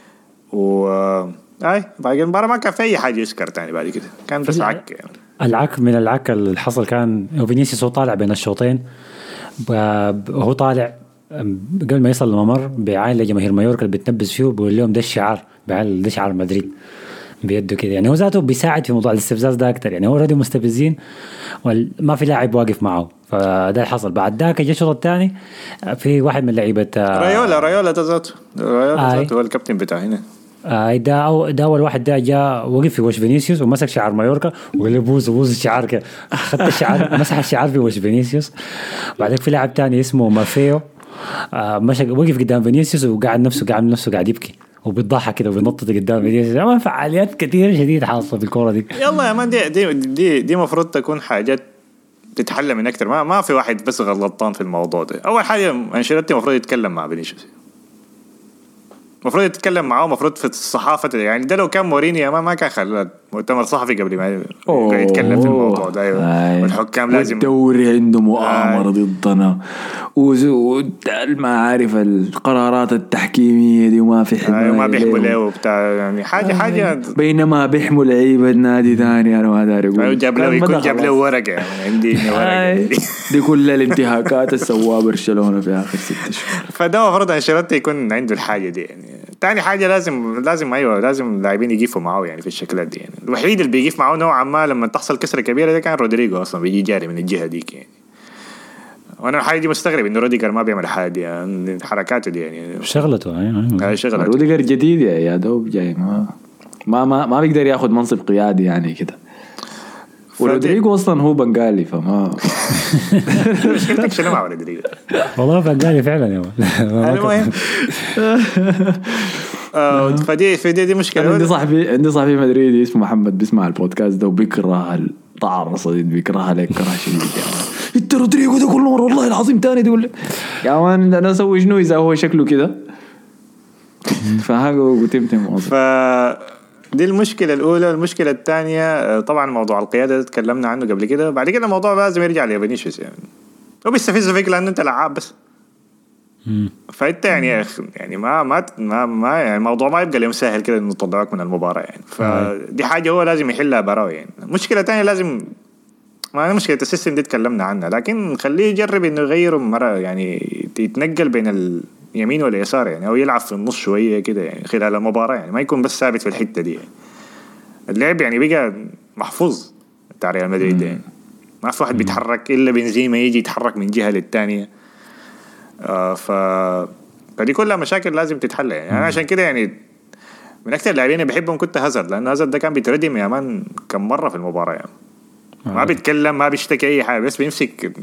بعد كده المباراة ما كان في أي حاجة يذكر تاني. بعد كده كان بس عك يعني. العك من العك اللي حصل كان فينيسيوس هو طالع بين الشوطين وهو طالع قبل ما يصل الممر بيعاين لجماهير مايوركا اللي بتنبز فيه بيقول لهم ده الشعار ده شعار مدريد بيده كده يعني. هو ذاته بيساعد في موضوع الاستفزاز ده أكتر يعني. هو رادي مستفزين وما في لاعب واقف معه فده حصل. بعد ذاك جاء الشوط الثاني في واحد من لعيبة رايولا ذاته هو الكابتن بتاع هنا. ده أول واحد ده جاء وقف في وش فينيسيوس ومسك شعار مايوركا وقال له بوز الشعار كده. أخذت الشعار مسح الشعار في وش فينيسيوس. بعدين في لاعب تاني اسمه مافيو مشى وقف قدام فينيسيوس وقاعد نفسه قاعد يبكي وبيضحك كده وبينطط قدام فينيسيوس. ما فعاليات كثير شديد حاصله في الكوره دي. يلا يا مان دي مفروض تكون حاجات تتحل من اكتر. ما في واحد بس غلطان في الموضوع ده. اول حاجه انشيلوتي المفروض يتكلم مع فينيسيوس المفروض يتكلم معاه المفروض في الصحافة يعني. ده لو كان مورينيو ما كان خلى مؤتمر صحفي قبل ما يتكلم في الموضوع ده. والحكام لازم الدوري عنده مؤامرة ضدنا وما عارف القرارات التحكيمية دي وما في حماية ما بيحموا له وبتاع يعني حاجة بينما بيحموا لعيبة نادي ثاني. أنا ما أدري أقول جاب له ورقة يعني عندي ورقة دي كل الانتهاكات اللي سواها برشلونة في آخر 6 شهور. فده مفروض أنشيلوتي يكون عنده الحاجة دي يعني. تاني حاجة لازم اللاعبين يقيفوا معه يعني في الشكلات دي يعني. الوحيد اللي بيقف معه نوعا ما لما تحصل كسرة كبيرة ده كان رودريجو أصلا بيجي جاري من الجهة ديك يعني. وأنا الحاجة دي مستغرب إنه روديجر ما بيعمل حاجة يعني حركاته دي يعني شغلته روديجر جديد يا دوب جاي ما بيقدر ياخد منصب قيادي يعني كده. ورودريجو أصلا هو بنغالي فما شفتك شنو مع رودريجو والله بنغالي فعلا يا المهم فدي مشكلة. عندي صاحبي مدريدي اسمه محمد بيسمع البودكاست ده وبيكره الطعر صديق بيكرهها لك كره شديد يعني. انت رودريجو ده كل مرة والله العظيم تاني دي يا مان انا اسوي شنو اذا هو شكله كده. فهاجو وتمتم دي المشكلة الأولى. المشكلة الثانية طبعا موضوع القيادة تكلمنا عنه قبل كده. بعد كده الموضوع لازم يرجع لفينيسيوس يعني. وبيستفز فيك لأنه أنت لعاب بس فأنت يعني ما يعني الموضوع ما يبقى اليوم سهل كده إنه تطلعك من المباراة يعني. فدي حاجة هو لازم يحلها براوي يعني. مشكلة تانية لازم ما مشكلة السيستم دي تكلمنا عنها لكن خليه يجرب إنه يغيره مرة يعني يتنقل بين اليمين واليسار يعني أو يلعب في النص شوية كده يعني خلال المباراة يعني ما يكون بس ثابت في الحتة دي يعني. اللعب يعني بقى محفوظ بتاع ريال مدريد يعني. ما في واحد بيتحرك إلا بنزيما يجي يتحرك من جهة للتانية. فدي كلها مشاكل لازم تتحل يعني. أنا عشان كده يعني من أكثر اللاعبين بحبهم كنت هازارد لأن هازارد ده كان بيتردم يا مان كم مرة في المباراة يعني. ما بيتكلم ما بيشتكي أي حاجة بس بيمسك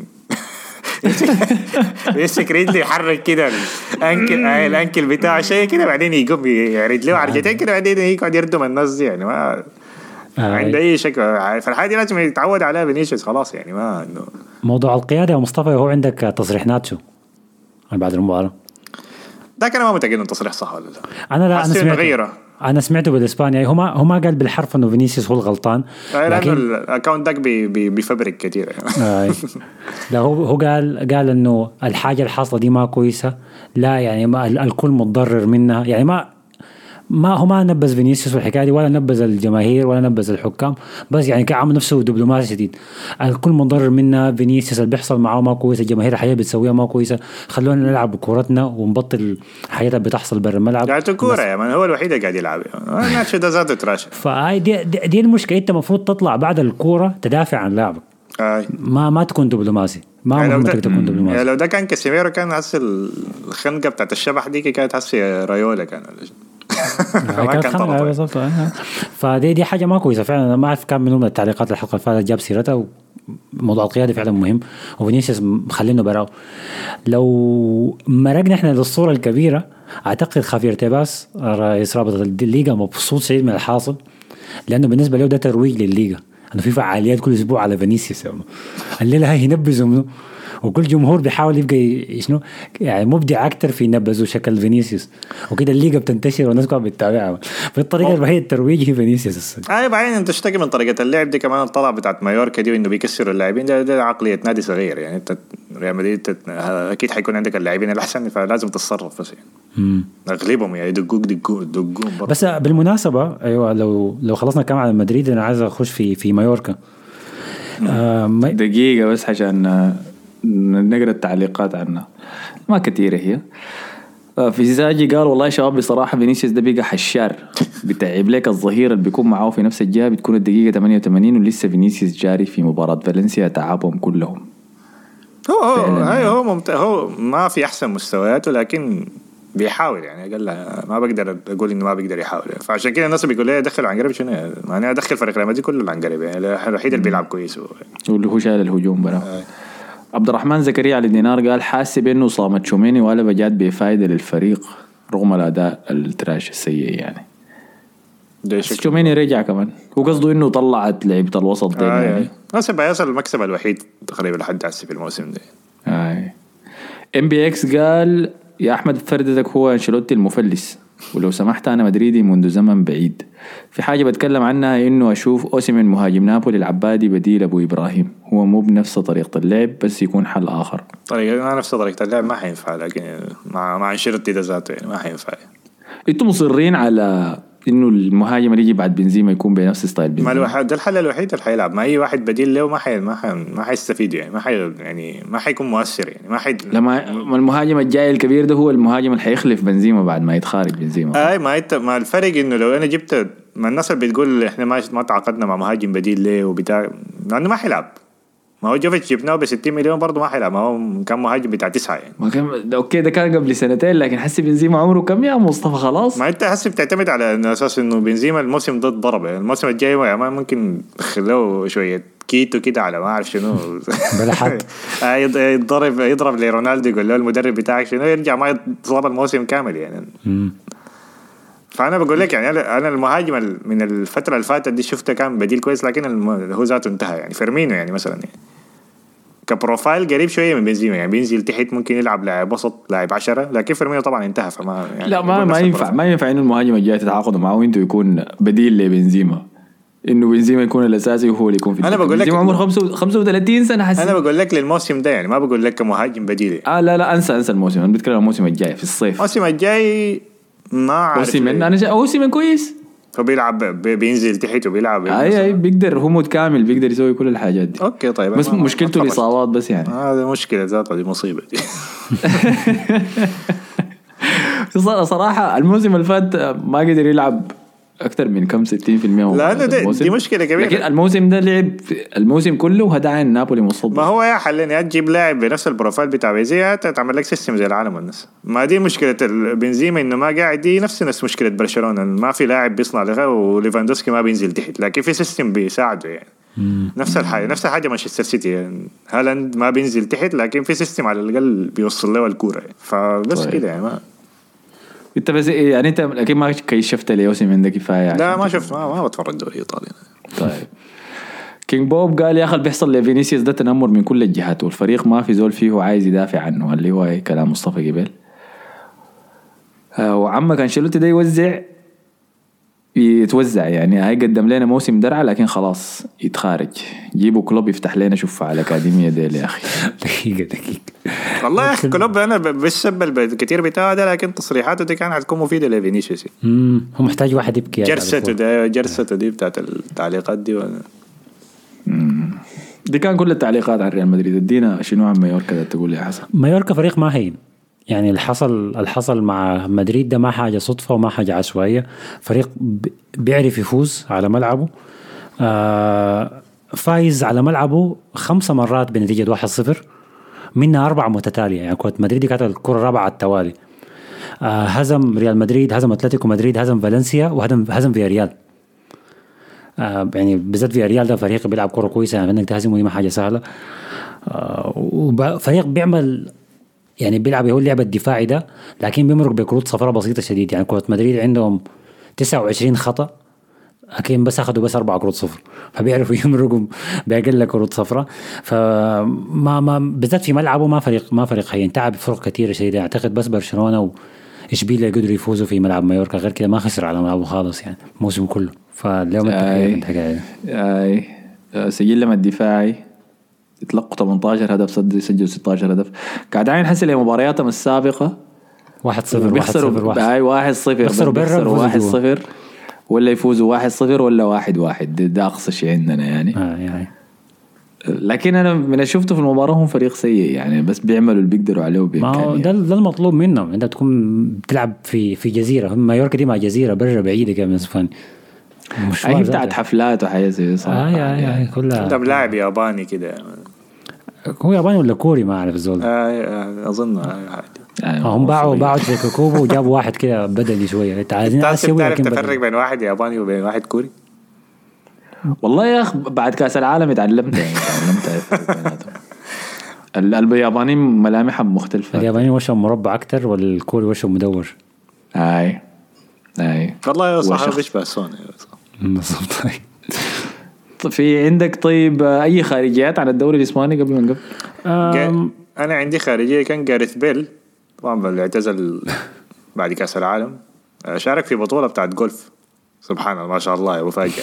رجلي يحرك كده الانكل بتاعه شيء كده بعدين يقوم يعرض له عرجتين كده بعدين يقعد يردم الناس دي يعني ما عنده اي شك. فالحاجه لازم يتعود عليها فينيسيوس خلاص يعني ما انه موضوع القياده يا مصطفى. هو عندك تصريح ناتشو بعد المباراه ده كان ما متاكد انه تصريح صح ولا لا. انا سمعت انا سمعته بالاسباني، هو ما قال بالحرف انه فينيسيوس هو الغلطان، لانه الاكونت داك بيفبرك كثير. لا هو قال انه الحاجه الحاصله دي ما كويسه، لا يعني ما الكل متضرر منها، يعني هو ما نبذ فينيسيوس في الحكايه دي، ولا نبذ الجماهير ولا نبذ الحكام، بس يعني كان عامل نفسه دبلوماسي شديد. الكل متضرر منها، فينيسيوس اللي بيحصل معاه ما كويس، الجماهير الحياه بتسويها ما كويسه، خلونا نلعب بكورتنا ونبطل الحياه اللي بتحصل برا الملعب. يعني كوره يا مان، هو الوحيد اللي قاعد يلعب، الماتش ده ذاته تراشق. فهاي دي المشكله، انت المفروض تطلع بعد الكوره تدافع عن لاعبك، ما تكون دبلوماسي، ما مهمتك تكون دبلوماسي. يعني لو ده كان كاسيميرو كان هسه الخنقه بتاعت الشبح دي كانت هسه رايولا كان ما كان طرف. فدي حاجه ما كويسه فعلا. انا ما اعرف كان من التعليقات الحلقه اللي فاتت جاب سيرتها، وموضوع القياده فعلا مهم، وفينيسيوس مخلينه براو. لو مرقنا احنا للصوره الكبيره، اعتقد خافير تيباس رئيس رابطه الليغا مبسوط شديد من الحاصل، لانه بالنسبه له ده ترويج للليغا، انه في فعاليات كل اسبوع على فينيسيوس. الليله هاي ينبذوا منه، وكل جمهور بيحاول يبقى شنو يعني مبدع اكثر في ينبذوا شكل فينيسيوس، وكده الليغا بتنتشر والناس كلها بتتابعها. بالطريقه الوحيده الترويج هي فينيسيوس. بعدين انت تشتكي من طريقه اللعب دي كمان، الطلعه بتاعت مايوركا دي انه بيكسروا اللاعبين، ده عقليه نادي صغير يعني. انت ريال مدريد اكيد حيكون عندك اللاعبين الاحسن، فلازم تتصرف بس يعني. اغلبهم يعني يدقوك بس بالمناسبه ايوه، لو خلصنا كلام على مدريد، انا عايز اخش في مايوركا. دقيقه بس عشان نقرأ التعليقات عنها، ما كثيرة هي. في زاجي قال والله يا شباب بصراحة فينيسيوس ده بقى حشار، بتعب لك الظهير اللي بيكون معاه في نفس الجهة، بتكون الدقيقة 88 ولسه فينيسيوس جاري في مباراة فالنسيا، تعبهم كلهم. هو ممتاز، هو ما في أحسن مستوياته لكن بيحاول يعني. قال ما بقدر أقول إنه ما بيقدر يحاول، فعشان كده الناس بيقول لي دخل عنقريب شنو يعني. أنا أدخل فريق ريال مدريد كله العنقريب يعني، الوحيد اللي بيلعب كويس واللي هو شايل الهجوم برا. عبد الرحمن زكريا على الدينار قال حاسب انه صامت شوميني ولا بجات بفائده للفريق رغم الاداء التراش السيء يعني. شوميني رجع كمان، هو قصده انه طلعت لعيبه الوسط دي يعني. بس بيصل المكسب الوحيد تقريبا لحد هسه في الموسم ده. ام بي اكس قال يا احمد فردتك هو انشيلوتي المفلس، ولو سمحت انا مدريدي منذ زمن بعيد. في حاجه بتكلم عنها انه اشوف اوسيمين مهاجم نابولي العبادي بديل ابو ابراهيم، هو مو بنفس طريقه اللعب بس يكون حل اخر. طريقه نفس طريقه اللعب ما حينفع، لكن مع انشيلوتي ده ذاته يعني ما حينفع. انتم مصرين على انه المهاجم اللي يجي بعد بنزيما يكون بنفس ستايل بنزيما؟ ما ده الحل الوحيد اللي حيلعب، ما اي واحد بديل له ما حيستفيد يعني، ما حيكون مؤثر يعني، لما المهاجم الجاي الكبير ده هو المهاجم اللي حيخلف بنزيما بعد ما يتخارج بنزيما. ما الفرق انه لو انا جبت، ما الناس اللي بتقول احنا ما تعاقدنا مع مهاجم بديل ليه وبتاع، لانه ما حيلعب. ما هو جوفيتش جبناه ب 60 مليون برضه ما حيلعب، ما هو كان مهاجم بتاع 9 يعني. ما كان اوكي، ده كان قبل سنتين، لكن حسي بنزيما عمره كم يا مصطفى خلاص. ما انت حسي بتعتمد على اساس انه بنزيما الموسم ده ضرب، الموسم الجاي ما ممكن تخلوه شويه كيتو كده على ما اعرف شنو بلا حد يضرب لرونالدو، يقول له المدرب بتاعك شنو، يرجع ما يتصاب الموسم كامل يعني. فانا بقول لك يعني انا المهاجم من الفتره اللي فاتت دي شفته كان بديل كويس، لكن هو ذاته انتهى يعني. فيرمينو يعني مثلا يعني كبروفايل قريب شويه من بنزيما يعني، بينزل تحت ممكن يلعب لاعب وسط لاعب 10، لكن فيرمينو طبعا انتهى. فما يعني لا ما ينفع انه المهاجم الجاي تتعاقدوا معه وانتوا يكون بديل لبنزيما، انه بنزيما يكون الاساسي وهو اللي يكون في. انا بقول لك عمره 35 سنه حسين. انا بقول لك للموسم ده يعني، ما بقول لك كمهاجم بديل. لا انسى الموسم، انا بتكلم عن الموسم الجاي في الصيف. الموسم الجاي ما عارف. اوسيمين كويس، فبيلعب بينزل تحت وبيلعب اي بيقدر، هو متكامل بيقدر يسوي كل الحاجات دي. اوكي طيب، بس مشكلته الاصابات بس يعني. هذا مشكله ذاتها، دي مصيبه دي. صراحه الموسم اللي فات ما قدر يلعب اكثر من كم 60%. لا دي مشكله كبيره، لكن الموسم ده لعب الموسم كله وهدع نابولي مصدر. ما هو يا حلين تجيب لاعب بنفس البروفايل بتاع بنزيما تعمل لك سيستم زي العالم والناس. ما دي مشكله بنزيما انه ما قاعد، دي نفس مشكله برشلونه، ما في لاعب بيصنع لغه، وليفاندوسكي ما بينزل تحت، لكن في سيستم بيساعده يعني. نفس الحاجه مانشستر سيتي يعني، هالاند ما بينزل تحت لكن في سيستم على الاقل بيوصل له الكوره يعني. فبس كده يعني. ما انت بس يعني انت اكيد ما كيشفت ليوسيمين ده كفايه يعني. لا ما شفت، ما بتفرج الدوري الايطالي. طيب كينج بوب قال يا اخي اللي بيحصل لفينيسيوس ده تنمر من كل الجهات، والفريق ما في زول فيه عايز يدافع عنه، اللي هو كلام مصطفى قبل. وعمك انشيلوتي ده يوزع يتوزع يعني. هاي قدم لنا موسم درع لكن خلاص يتخارج. جيبوا كلوب يفتح لنا شوف على الأكاديمية دي يا أخي. دقيقة والله يا أخي كلوب أنا بالسبب الكثير بتاعه ده، لكن تصريحاته دي كانت هتكون مفيدة لفينيسيوس. هو محتاج واحد يبكي. جرسته دي بتاعت التعليقات دي دي كان كل التعليقات عن ريال مدريد. ادينا شنو عن مايوركا ده تقول يا حسن؟ مايوركا فريق ما هين يعني. الحصل مع مدريد ده ما حاجة صدفة وما حاجة عشوائية. فريق بيعرف يفوز على ملعبه. فايز على ملعبه 5 مرات بنتيجة 1-0 منها 4 متتالية. يعني كرة مدريد كانت الكرة الرابعة على التوالي. هزم ريال مدريد، هزم أتلتيكو مدريد، هزم فالنسيا، وهزم فياريال. يعني بالذات فياريال ده فريق بيلعب كرة كويسة، يعني انك تهزمه ما حاجة سهلة. وفريق بيعمل يعني بيلعب هو اللعبة الدفاعي ده، لكن بيمرق بكروت صفراء بسيطة شديد. يعني كرة مدريد عندهم 29 خطأ، لكن بس أخذوا 4 كروت صفر، فبيعرفوا يمرقوا بأقل كروت صفراء. فما بالذات في ملعبه ما فريق هين. تعب فرق كثيرة شديدة. أعتقد بس برشلونة وإشبيليا قدروا يفوزوا في ملعب مايوركا، غير كده ما خسر على ملعبه خالص يعني الموسم كله. فاليوم سجل لما الدفاعي يتلقوا 18 هدف، سجل 16 هدف. قاعد عين حسي لمبارياتهم السابقة 1-0 بيخسروا 1-0 بيخسروا 1-0 ولا يفوزوا 1-0 ولا 1-1. ده أقصى شيء عندنا يعني. لكن أنا من شفته في المباراة هم فريق سيء يعني، بس بيعملوا اللي بيقدروا عليه بإمكانية. ده المطلوب منهم. أنت تكون بتلعب في جزيرة. مايوركا دي مع جزيرة برا بعيدة كده من اسبانيا. هي بتاعت حفلات وحاجة زي صراحة. يعني كلها. ده لاعب ياباني كده. هو ياباني ولا كوري ما أعرف الزول. أظن هم باعوا تريكوكوبو وجابوا واحد كده بدني شوية. عايزين تعرف تفرق بين واحد ياباني وبين واحد كوري. والله يا أخ بعد كأس العالم تعلمت الياباني ملامحهم مختلفة. الياباني وشهم مربع أكتر والكوري وشهم مدور. أي والله صح بيشبه سوني بالضبط. في عندك طيب أي خارجيات عن الدوري الإسباني قبل ما نقف؟ أنا عندي خارجية. كان جاريث بيل طبعا اللي اعتزل بعد كأس العالم، شارك في بطولة بتاعت جولف. سبحان الله ما شاء الله مفاجأة.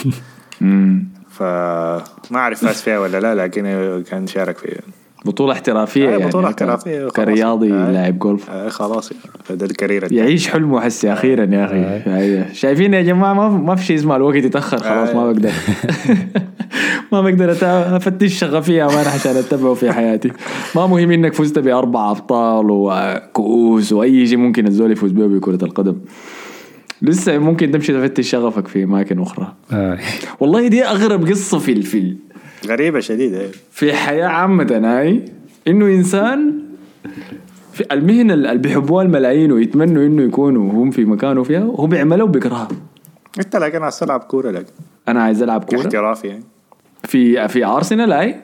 فما أعرف فاز فيها ولا لا، لكن كان شارك في بطولة احترافية يعني. بطولة احترافية كرياضي لاعب جولف. خلاص ده الكارير يعيش حلمه حسي أخيرا يا أخي. شايفين يا جماعة ما في شيء اسمه الوقت يتأخر خلاص. ما بقدر ما بقدر أفتش شغفية أمانة عشان أتبعه في حياتي. ما مهم إنك فزت ب4 أبطال وكؤوس وأي شيء ممكن الزول يفوز به بكرة القدم. لسه ممكن تمشي تفتش شغفك في أماكن أخرى. والله دي أغرب قصة في غريبة شديدة في حياة عامة هاي، إنه إنسان في المهنة اللي بيحبوها الملايين ويتمنوا إنه يكونوا هم في مكانه فيها وهو بيعملوا وبيكرهها. أنت لكن عايز تلعب كورة. لكن أنا عايز ألعب كورة احترافي يعني. في أرسنال هاي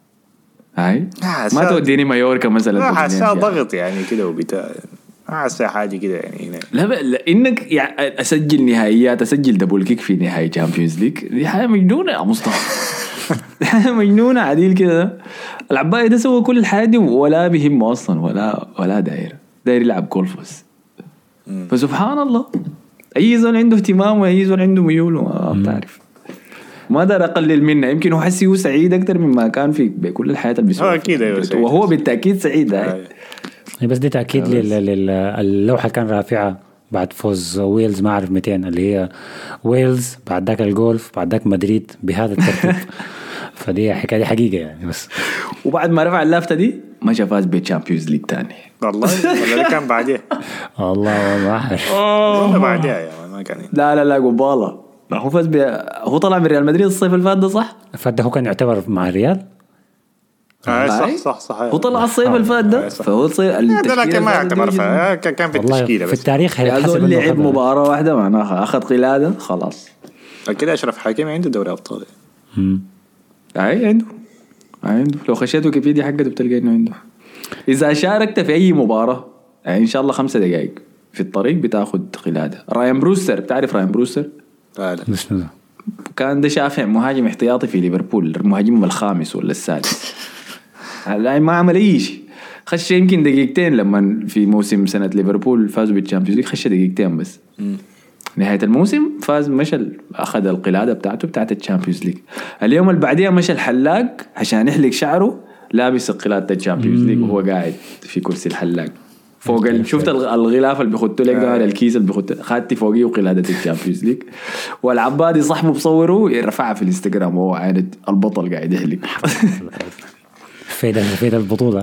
ما توديني مايوركا مثلا. حاسة ضغط يعني كده وبتاع. حاسة حاجة كده يعني. لا إنك يعني أسجل نهائيات، أسجل دبل كيك في نهائي تشامبيونز ليج، دي حاجة مجنونة يا مصطفى. مجنونة عديل كده. العباية ده سوى كل الحاجة دي ولا بهم أصلا ولا داير يلعب جولف بس. فسبحان الله أي زول عنده اهتمام وأي زول عنده ميول ما بتعرف. ما دار أقلل منه. يمكن هو حسي هو سعيد أكتر مما كان في بكل الحياة اللي بيسويها. أكيد وهو بالتأكيد سعيد. بس دي تأكيد اللوحة كان رافعة بعد فوز ويلز ما أعرف 200 اللي هي ويلز بعد ذاك الجولف بعد ذاك مدريد بهذا الترتيب. فدي حكاية حقيقة يعني. بس وبعد ما رفع اللفتة دي ما فاز بالتشامبيونز ليج تاني والله. ولا كان بعديه الله ما أعرف. والله بعديه يا ما كان. لا قبالة. هو فاز هو طلع من ريال مدريد الصيف اللي فات ده صح؟ فده هو كان يعتبر مع الريال. صح هو طلع الصيف اللي فات ده. فهو لكن ما يعتبر كان في التشكيلة في التاريخ هيحسب لعب مباراة واحدة معناها أخذ قلادة خلاص. كده أشرف حكيمي عنده دوري أبطال. عنده لو خشيت ويكيبيديا حقته بتلقى إنه عنده. إذا شاركت في أي مباراة يعني إن شاء الله 5 دقائق في الطريق بتاخد قلادة. راين بروستر بتعرف راين بروستر؟ كان ده شافع مهاجم احتياطي في ليفربول، المهاجم الخامس ولا السادس. لا ما عمل أي شيء. خش يمكن دقيقتين لما في موسم سنة ليفربول فازوا بالتشامبيونز ليج، خش دقيقتين بس. نهاية الموسم فاز مشى أخذ القلادة بتاعته بتاعت الشامبيونز ليج. اليوم اللي بعديها مشى الحلاق عشان يحلق شعره لابس قلادة الشامبيونز ليج وهو قاعد في كرسي الحلاق فوق شفت الغلاف اللي بيخطوا لك ده الكيس اللي بيخطوا خدتي فوقيه وقلادة الشامبيونز ليج. والعبادي صاحبه بصوره يرفعها في الانستغرام وهو عاند البطل قاعد يحلق. فايدة البطولة.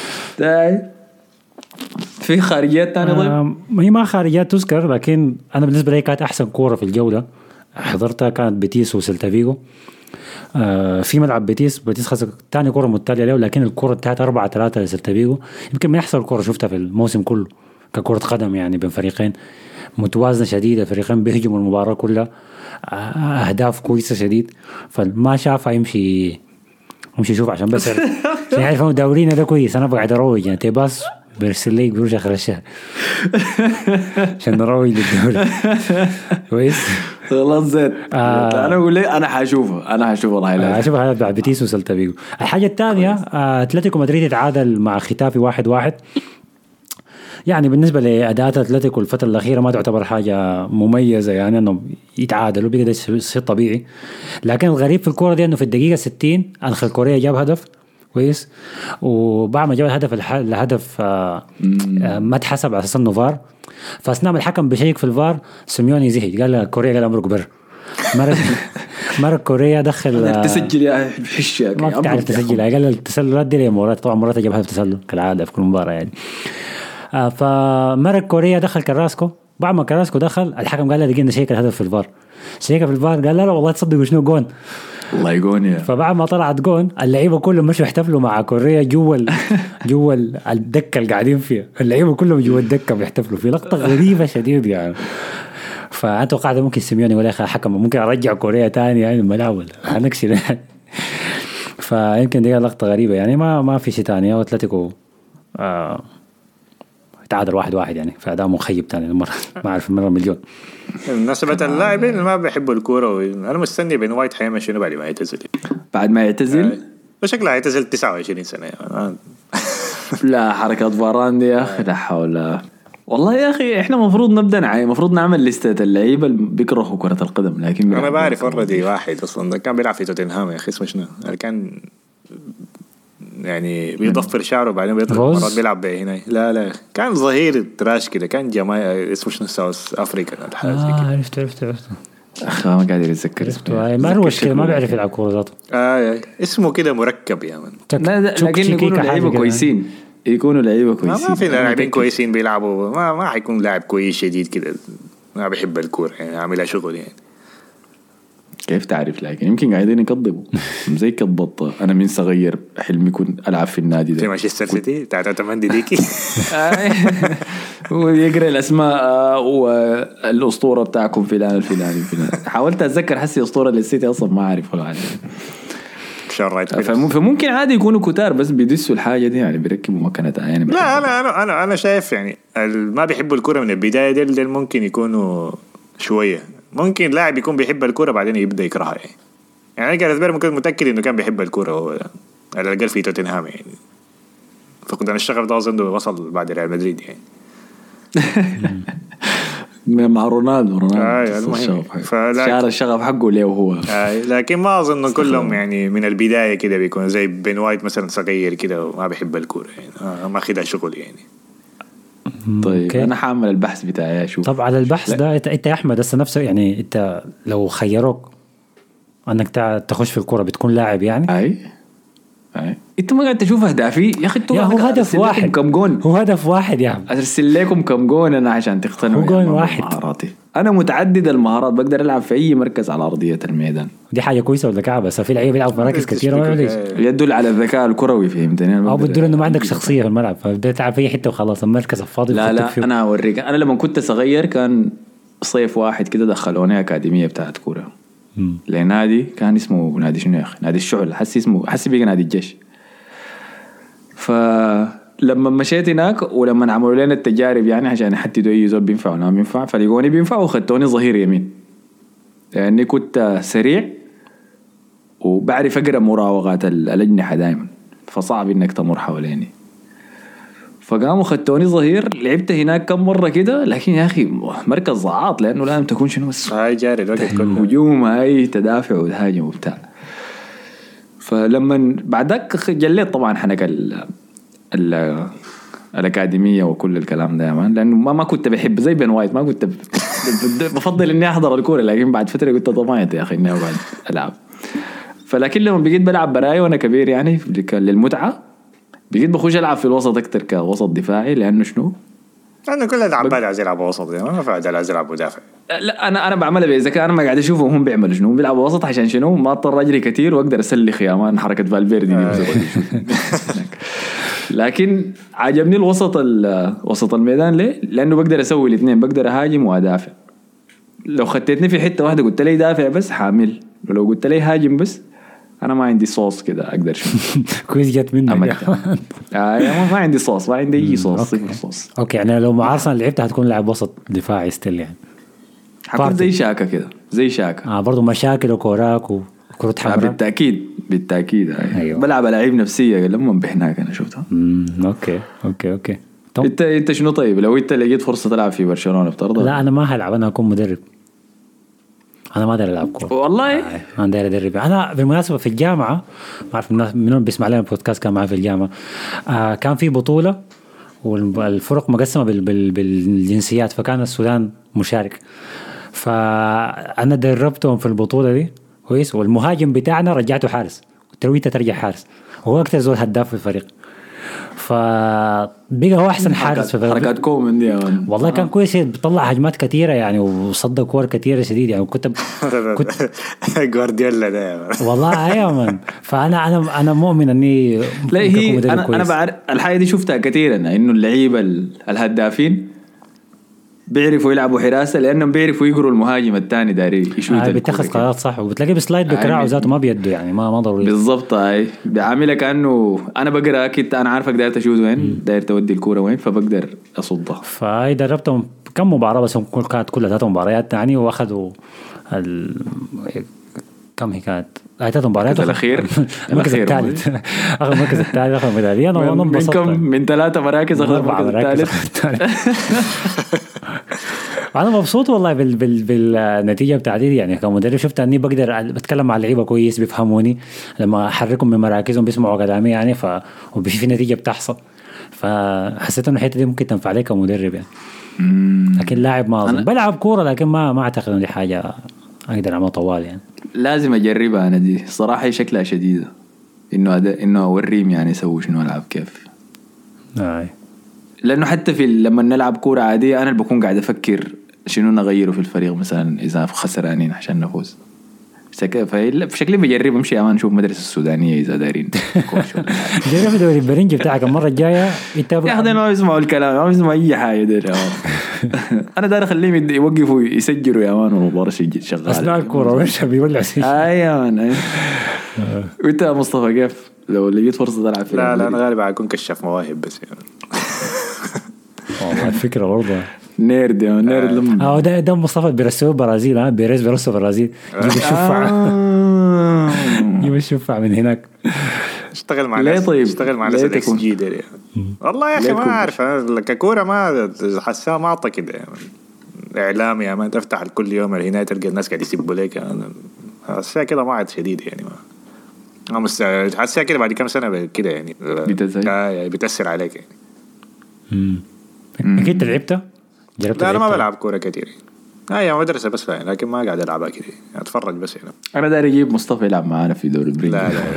في خارجيات تانية طيب؟ هي ما خارجيات تذكر لكن أنا بالنسبة لي كانت أحسن كورة في الجولة حضرتها كانت بيتيس وسيلتا فيغو. في ملعب بيتيس خسر تاني كورة متتالية له لكن الكورة انتهت 4-3 لسيلتا فيغو. يمكن ما يحصل كورة شفتها في الموسم كله ككرة قدم يعني بين فريقين متوازنة شديدة فريقين بيهجموا المباراة كلها أهداف كويسة شديد فما شافها يمشي شوف عشان بس يعرف انه دورينا ده كويس انا بقعد اروج يعني تيباس برسل ليك بيروح اخر الشهر عشان نروج للدوري كويس خلاص زين. انا اقول لي انا حاشوفه والله هذا بعد بيتيس وسيلتا فيغو. الحاجه الثانيه اتلتيكو مدريد يتعادل مع ختافي 1-1 يعني بالنسبه لاداءات اتلتيكو الفتره الاخيره ما تعتبر حاجه مميزه يعني انه يتعادلوا بقى شيء طبيعي. لكن الغريب في الكوره دي انه في الدقيقه 60 انخيل كوريا جاب هدف كويس وبعد ما جاب الهدف ما اتحسب على اساس انه فار فاثناء الحكم بيشيك في الفار سيميوني زهق قال كوريا قال امرك بر مرة كوريا دخل تسجل يا حش ما بتعرف تسجل قال التسللات دي مرات طبعا مرات جاب هدف تسلل كالعاده في كل مباراه يعني. فمرة كوريا دخل كراسكو بعد ما كراسكو دخل الحكم قال له لقينا شيك الهدف في الفار شيك في الفار قال لا والله تصدقوا شنو جون الله يقون يا. فبعد ما طلعت جون اللعيبه كلهم مشوا يحتفلوا مع كوريا جوا الدكه اللي قاعدين فيها اللعيبه كلهم جوا الدكه بيحتفلوا في لقطه غريبه شديد يعني. فأنت وقعت ممكن سيميوني ولا حكم ممكن أرجع كوريا تاني يعني الملاول هنكسر فيمكن دي لقطة غريبة يعني ما في شيء تاني واتلتيكو تعادل 1-1 يعني فأداء مخيب تاني المرة ما أعرف المرة مليون. نسبة اللاعبين اللي ما بيحبوا الكورة أنا مستني بين وايت حيعمل شنو بعد ما يعتزل بشكله هيعتزل 29 سنة يعني. لا حركة فاران دي يا أخي لا حول والله يا أخي إحنا مفروض نعمل لستة اللعيبة اللي بيكرهوا كرة القدم لكن أنا بعرف أوردي واحد أصلا كان بيلعب في توتنهام يا أخي اسمه شنو كان يعني بيضفر شعره بعدين مرات بيلعب هنا لا كان ظهير تراش كده كان جماعة اسمه شنو ساوث أفريقيا الحاجة عرفت أخ ما قاعد يتذكر اسمه ما هو كده ما بيعرف يلعب كورة ذاته اسمه كده مركب يا من لكن يكونوا لعيبة كويسين ما في لاعبين كويسين بيلعبوا ما حيكون لاعب كويس شديد كده ما بيحب الكورة يعني عاملها شغل يعني كيف تعرف لكن يمكن قاعدين يكذبوا زي كالبطة أنا من صغير حلمي يكون ألعب في النادي ده في مانشستر سيتي بتاعت تمندي ديكي ويقرأ الأسماء والأسطورة بتاعكم فلان حاولت أتذكر حسي أسطورة للسيتي أصلا ما أعرف ولا فممكن عادي يكونوا كتار بس بيدسوا الحاجة دي يعني بيركبوا مكانتها يعني لا أنا شايف يعني ما بيحبوا الكرة من البداية دي ممكن يكونوا شوية ممكن لاعب يكون بيحب الكرة بعدين يبدأ يكرهها يعني جاريث بيل ممكن متأكد إنه كان بيحب الكرة هو على الأقل في توتنهام يعني فقدان الشغف ده أظن وصل بعد ريال مدريد يعني مع رونالدو شعر الشغف حقه ليه وهو لكن ما أظن كلهم يعني من البداية كده بيكون زي بين وايت مثلا صغير كده وما بيحب الكرة يعني ما خدها شغل يعني. طيب أنا حاعمل البحث بتاعي أشوف. طب على البحث ده أنت يا أحمد هسه نفسه يعني أنت لو خيروك أنك تخش في الكرة بتكون لاعب يعني أي أنت ما قاعد تشوف أهدافي يا أخي هو هدف واحد كم جون هو هدف واحد يا أرسل لكم كم جون أنا عشان تقتنعوا هو جون واحد مهاراتي أنا متعدد المهارات بقدر ألعب في أي مركز على أرضية الميدان دي حاجة كويسة ولا كعبة بس في لعيبة بيلعبوا في مراكز كثيرة يدل على الذكاء الكروي فهمتني أو بتدل إنه ما عندك شخصية في الملعب فبدأت تلعب في أي حتة وخلاص المركز الفاضي لا أنا أوريك أنا لما كنت صغير كان صيف واحد كده دخلوني أكاديمية بتاعت كورة لنادي كان اسمه نادي شنو يا أخي نادي الشعل حسي بيجي نادي الجيش فلما مشيت هناك ولما عملوا لنا التجارب يعني عشان يحددوا أي زول بينفع ولا ما بينفع فلقوني بينفع وخدتوني ظهير يمين يعني كنت سريع وبعرف أقرأ مراوغات الأجنحة دائما فصعب إنك تمر حواليني فقاموا خدتوني ظهير، لعبت هناك كم مرة كده، لكن يا أخي مركز ضعاط، لأنه لازم تكون شنو بس هاي جاري الوقت كله هجوم، هاي تدافع وتهاجم وبتاع. فلما بعدك جليت طبعا حنك الأكاديمية وكل الكلام ده يا مان، لأنه ما كنت بحب زي بين وايت، ما كنت بفضل إني أحضر الكورة، لكن بعد فترة قلت طمعت يا أخي إني أقعد ألعب. فلكن لما بقيت بلعب براي وأنا كبير يعني للمتعة، بقيت بخش ألعب في الوسط أكتر كوسط دفاعي، لأنه شنو؟ أنا كل العباد عايز يلعب وسط يعني، ما فاعل عايز يلعب مدافع. لا أنا بعملها بذكاء، أنا ما قاعد أشوفهم هم بيعملوا شنو، بيلعبوا وسط عشان شنو ما أضطر أجري كتير وأقدر أسلخ يا مان حركة فالفيردي دي. لكن عجبني وسط الميدان ليه؟ لأنه بقدر أسوي الاثنين، بقدر أهاجم وأدافع. لو خدتني في حتة واحدة قلت لي دافع بس حامل، ولو قلت لي هاجم بس أنا ما عندي صوص كده أقدر شنو. كويس جت منك. ما عندي صوص، ما عندي أي صوص، صفر صوص. اوكي يعني لو مع ارسنال لعبت هتكون لاعب وسط دفاعي ستيل يعني. حكون زي شاكا كده، زي شاكا. برضو مشاكل وكوراك وكرة حمراء. بالتأكيد. أيوة. بلعب لعيب نفسية لما بهناك أنا شفتها. اوكي. انت شنو طيب لو انت لقيت فرصة تلعب في برشلونة بترضى؟ لا انا ما هلعب، انا هكون مدرب. انا ما داير العب كوره والله. انا داير ادرب. انا بالمناسبه في الجامعه ما اعرف منو بيسمع لنا بودكاست كان معي في الجامعه، كان في بطوله والفرق مقسمه بالجنسيات، فكان السودان مشارك، فانا دربتهم في البطوله دي كويس، والمهاجم بتاعنا رجعته حارس، وترويته ترجع حارس، وهو اكثر زول هداف في الفريق، فبقى هو احسن حارس في حركات كومن دي والله. كان كويس، بيطلع هجمات كثيره يعني، وصد كور كثيره شديد يعني. كنت جوارديولا ده والله ايوه من. فانا مؤمن اني لا هي انا بعرف الحاجه دي شفتها كثيرا، انه اللعيبه الهدافين بيعرفوا يلعبوا حراسه لانهم بيعرفوا يقروا المهاجم الثاني داري يشوت بيتخذ قرارات صح، وبتلاقي بسلايد بكراعه ذاته ما بيده يعني، ما ضروري بالضبط. هاي بيعاملها كانه انا بقرا اكيد، انا عارفك داير تشوت وين، داير تودي الكوره وين، فبقدر اصدها. فاي دربتهم كم مباراه بس كانت كلها 3 مباريات يعني، واخذوا كم هي كانت 3 مباريات الاخير المركز الثالث اخذ المركز الثالث، اخذ ميداليه. انا انبسطت من 3 مراكز اخذ المركز الثالث. انا مبسوط والله بالنتيجه بتاعتي يعني. كمدرب شفت اني بقدر بتكلم مع اللعيبه كويس، بيفهموني لما احركهم من مراكزهم، بيسمعوا كلامي يعني، وفي نتيجه بتحصل، فحسيت انه الحته دي ممكن تنفع لي كمدرب يعني. لكن لاعب ما اظن بلعب كوره، لكن ما اعتقد ان دي حاجه اقدر اعملها طوال يعني. لازم اجربها انا دي صراحه، شكلها شديده انه اوريهم يعني يسوي شنو، العب كيف. لانه حتى لما نلعب كوره عاديه انا بكون قاعد افكر شنو نغيره في الفريق مثلا اذا خسرانين عشان نفوز. فشكلي بجرب امشي امان نشوف مدرسه السودانيه اذا دايرين جرب دوري البرنجي بتاعك المره الجايه يا اخي ما يسمعوا الكلام، ما يسمعوا اي حاجه دي انا داير اخليهم يوقفوا يسجلوا يا مان، والمباراه شغاله اثناء الكوره وش بيولع ايوه. وانت يا مصطفى كيف لو لقيت فرصه تلعب فيها؟ لا انا غالبا اكون كشاف مواهب بس يعني. والله الفكره برضه نيرد لما ده مصطفى بيرسو برازيل، بيرسو برازيل جيب الشفعة جيب الشفعة من هناك. اشتغل مع ناس، طيب اشتغل مع ناس الاكس جي ده يعني. والله يا اخي ما اعرف ككوره ما حسها ما اعطى كده يعني. اعلامي يا ما تفتح كل يوم هنا تلقى الناس قاعد يسبوا لك، حسها كده ما عاد شديد يعني. ما حسها كده بعد كم سنه كده يعني بتأثر عليك يعني. اكيد لعبتها؟ لا انا ما بلعب كوره كتير، هي مدرسه بس يعني، لكن ما قاعد العبها كده اتفرج بس هنا. انا داير اجيب مصطفى يلعب معانا في دوري البريمير.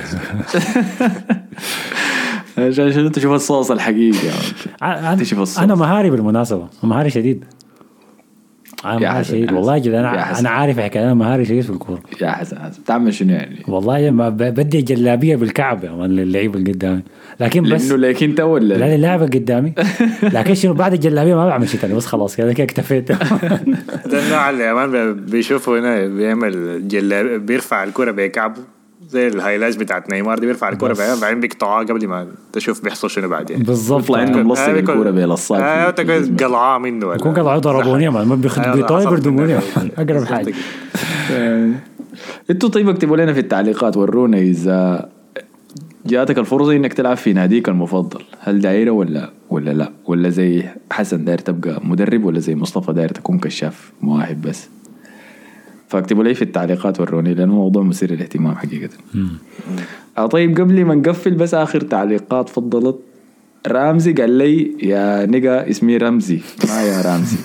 لا عشان تشوف الصوص الحقيقي يعني. تشوف الصوص. انا مهاري بالمناسبه، مهاري شديد. انا شديد والله جد. انا عارف حكايه، انا مهاري شديد في الكوره. يا حسن بتعمل شنو يعني؟ والله ما بدي جلابيه بالكعب يا مان للعيبه اللي قدامي، لكن بس لانه لكن انت ولا لا اللعبه قدامي. لكن شنو بعد الجلابيه ما بعمل شيء ثاني، بس خلاص كذا اكتفيت. ده النوع اللي يا مان بيشوفوا هنا بيعمل جلابيه، بيرفع الكره بكعبه زي الهايلايتس بتاعت نيمار دي، بيرفع الكره بعدين بيقطعها قبل ما تشوف بيحصل شنو بعدين. بالضبط يطلع عنده ملصق الكوره بيلصق تكون قلعه منه ولا يكون قلعه ضربوني ما بيطيب يردموني اقرب حاجه. انتوا طيب اكتبوا لنا في التعليقات، ورونا اذا جاتك الفرصه انك تلعب في ناديك المفضل، هل دايره ولا ولا لا؟ ولا زي حسن داير تبقى مدرب، ولا زي مصطفى داير تكون كشاف مواهب بس؟ فاكتبوا لي في التعليقات وروني، لأنه موضوع مثير للاهتمام حقيقة. طيب قبل ما نقفل بس آخر تعليقات فضلت. رامزي قال لي يا نيجا اسمي رمزي ما يا رامزي.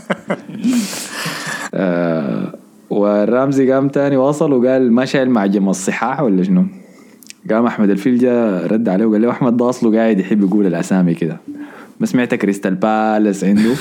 والرامزي قام تاني وصل وقال ما شايل معجم الصحاح ولا شنو؟ قام أحمد الفيلجة رد عليه وقال له أحمد ده أصله قاعد يحب يقول الأسامي كده، ما سمعت كريستال بالاس عنده.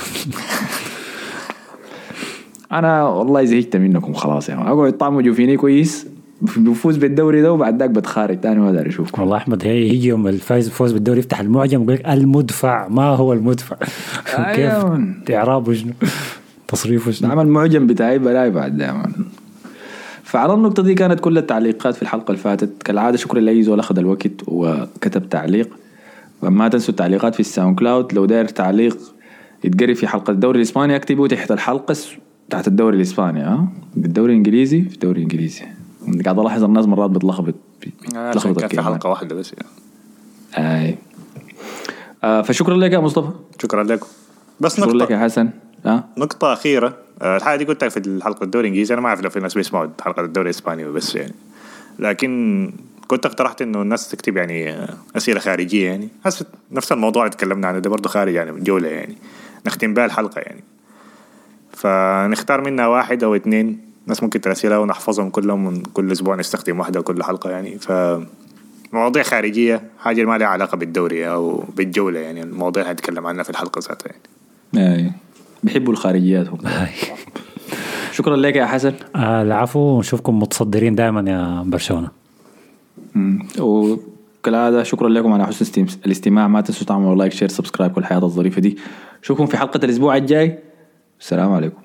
أنا والله زهقت منكم خلاص يعني، أقعد طعموا فيني كويس بفوز بالدوري ده وبعد ذاك بتخارج تاني ما أقدر أشوفكم. والله أحمد هيجي يوم الفوز بالدوري يفتح المعجم ويقول لك المدفع ما هو المدفع. كيف إعرابه شنو تصريفه شنو؟ عمل معجم بتاعي بلاي بعد دائما. فعلى النقطة دي كانت كل التعليقات في الحلقة اللي فاتت. كالعادة شكرا لأي زول أخذ الوقت وكتب تعليق. وما تنسوا التعليقات في الساوند كلاود. لو داير تعليق يتقري في حلقة الدوري الإسباني اكتبوا تحت الحلقة تحت الدوري الإسباني. بالدوري الإنجليزي في الدوري الإنجليزي. قاعد ألاحظ الناس مرات بتلخبط في حلقة واحدة بس يعني. فشكرا لك يا مصطفى. شكرا لكم. بس شكرا لك يا حسن. نقطة أخيرة. الحاجة دي قلتها في الحلقة الدوري الإنجليزي. أنا ما أعرف لو في ناس بيسمعوا حلقة الدوري الإسباني بس يعني، لكن كنت اقترحت إنه الناس تكتب يعني أسئلة خارجية يعني حسب نفس الموضوع اللي تكلمنا عنه ده برضو خارج يعني من جولة يعني نختم بها الحلقة يعني. فنختار منها 1 أو 2 ناس ممكن ترسلها ونحفظهم كلهم من كل أسبوع نستخدم واحدة كل حلقة يعني. فمواضيع خارجية حاجة ما لها علاقة بالدوري أو بالجولة يعني المواضيع هنتكلم عنها في الحلقة ذاتها يعني. بيحبوا الخارجيات هم. شكرا لك يا حسن. العفو. نشوفكم متصدرين دائما يا برشلونة. وكالعادة شكرا لكم على حسن الاستماع. ما تنسوا تعملوا لايك شير سبسكرايب كل الحياة الظريفة دي. شوفكم في حلقة الأسبوع الجاي. السلام عليكم.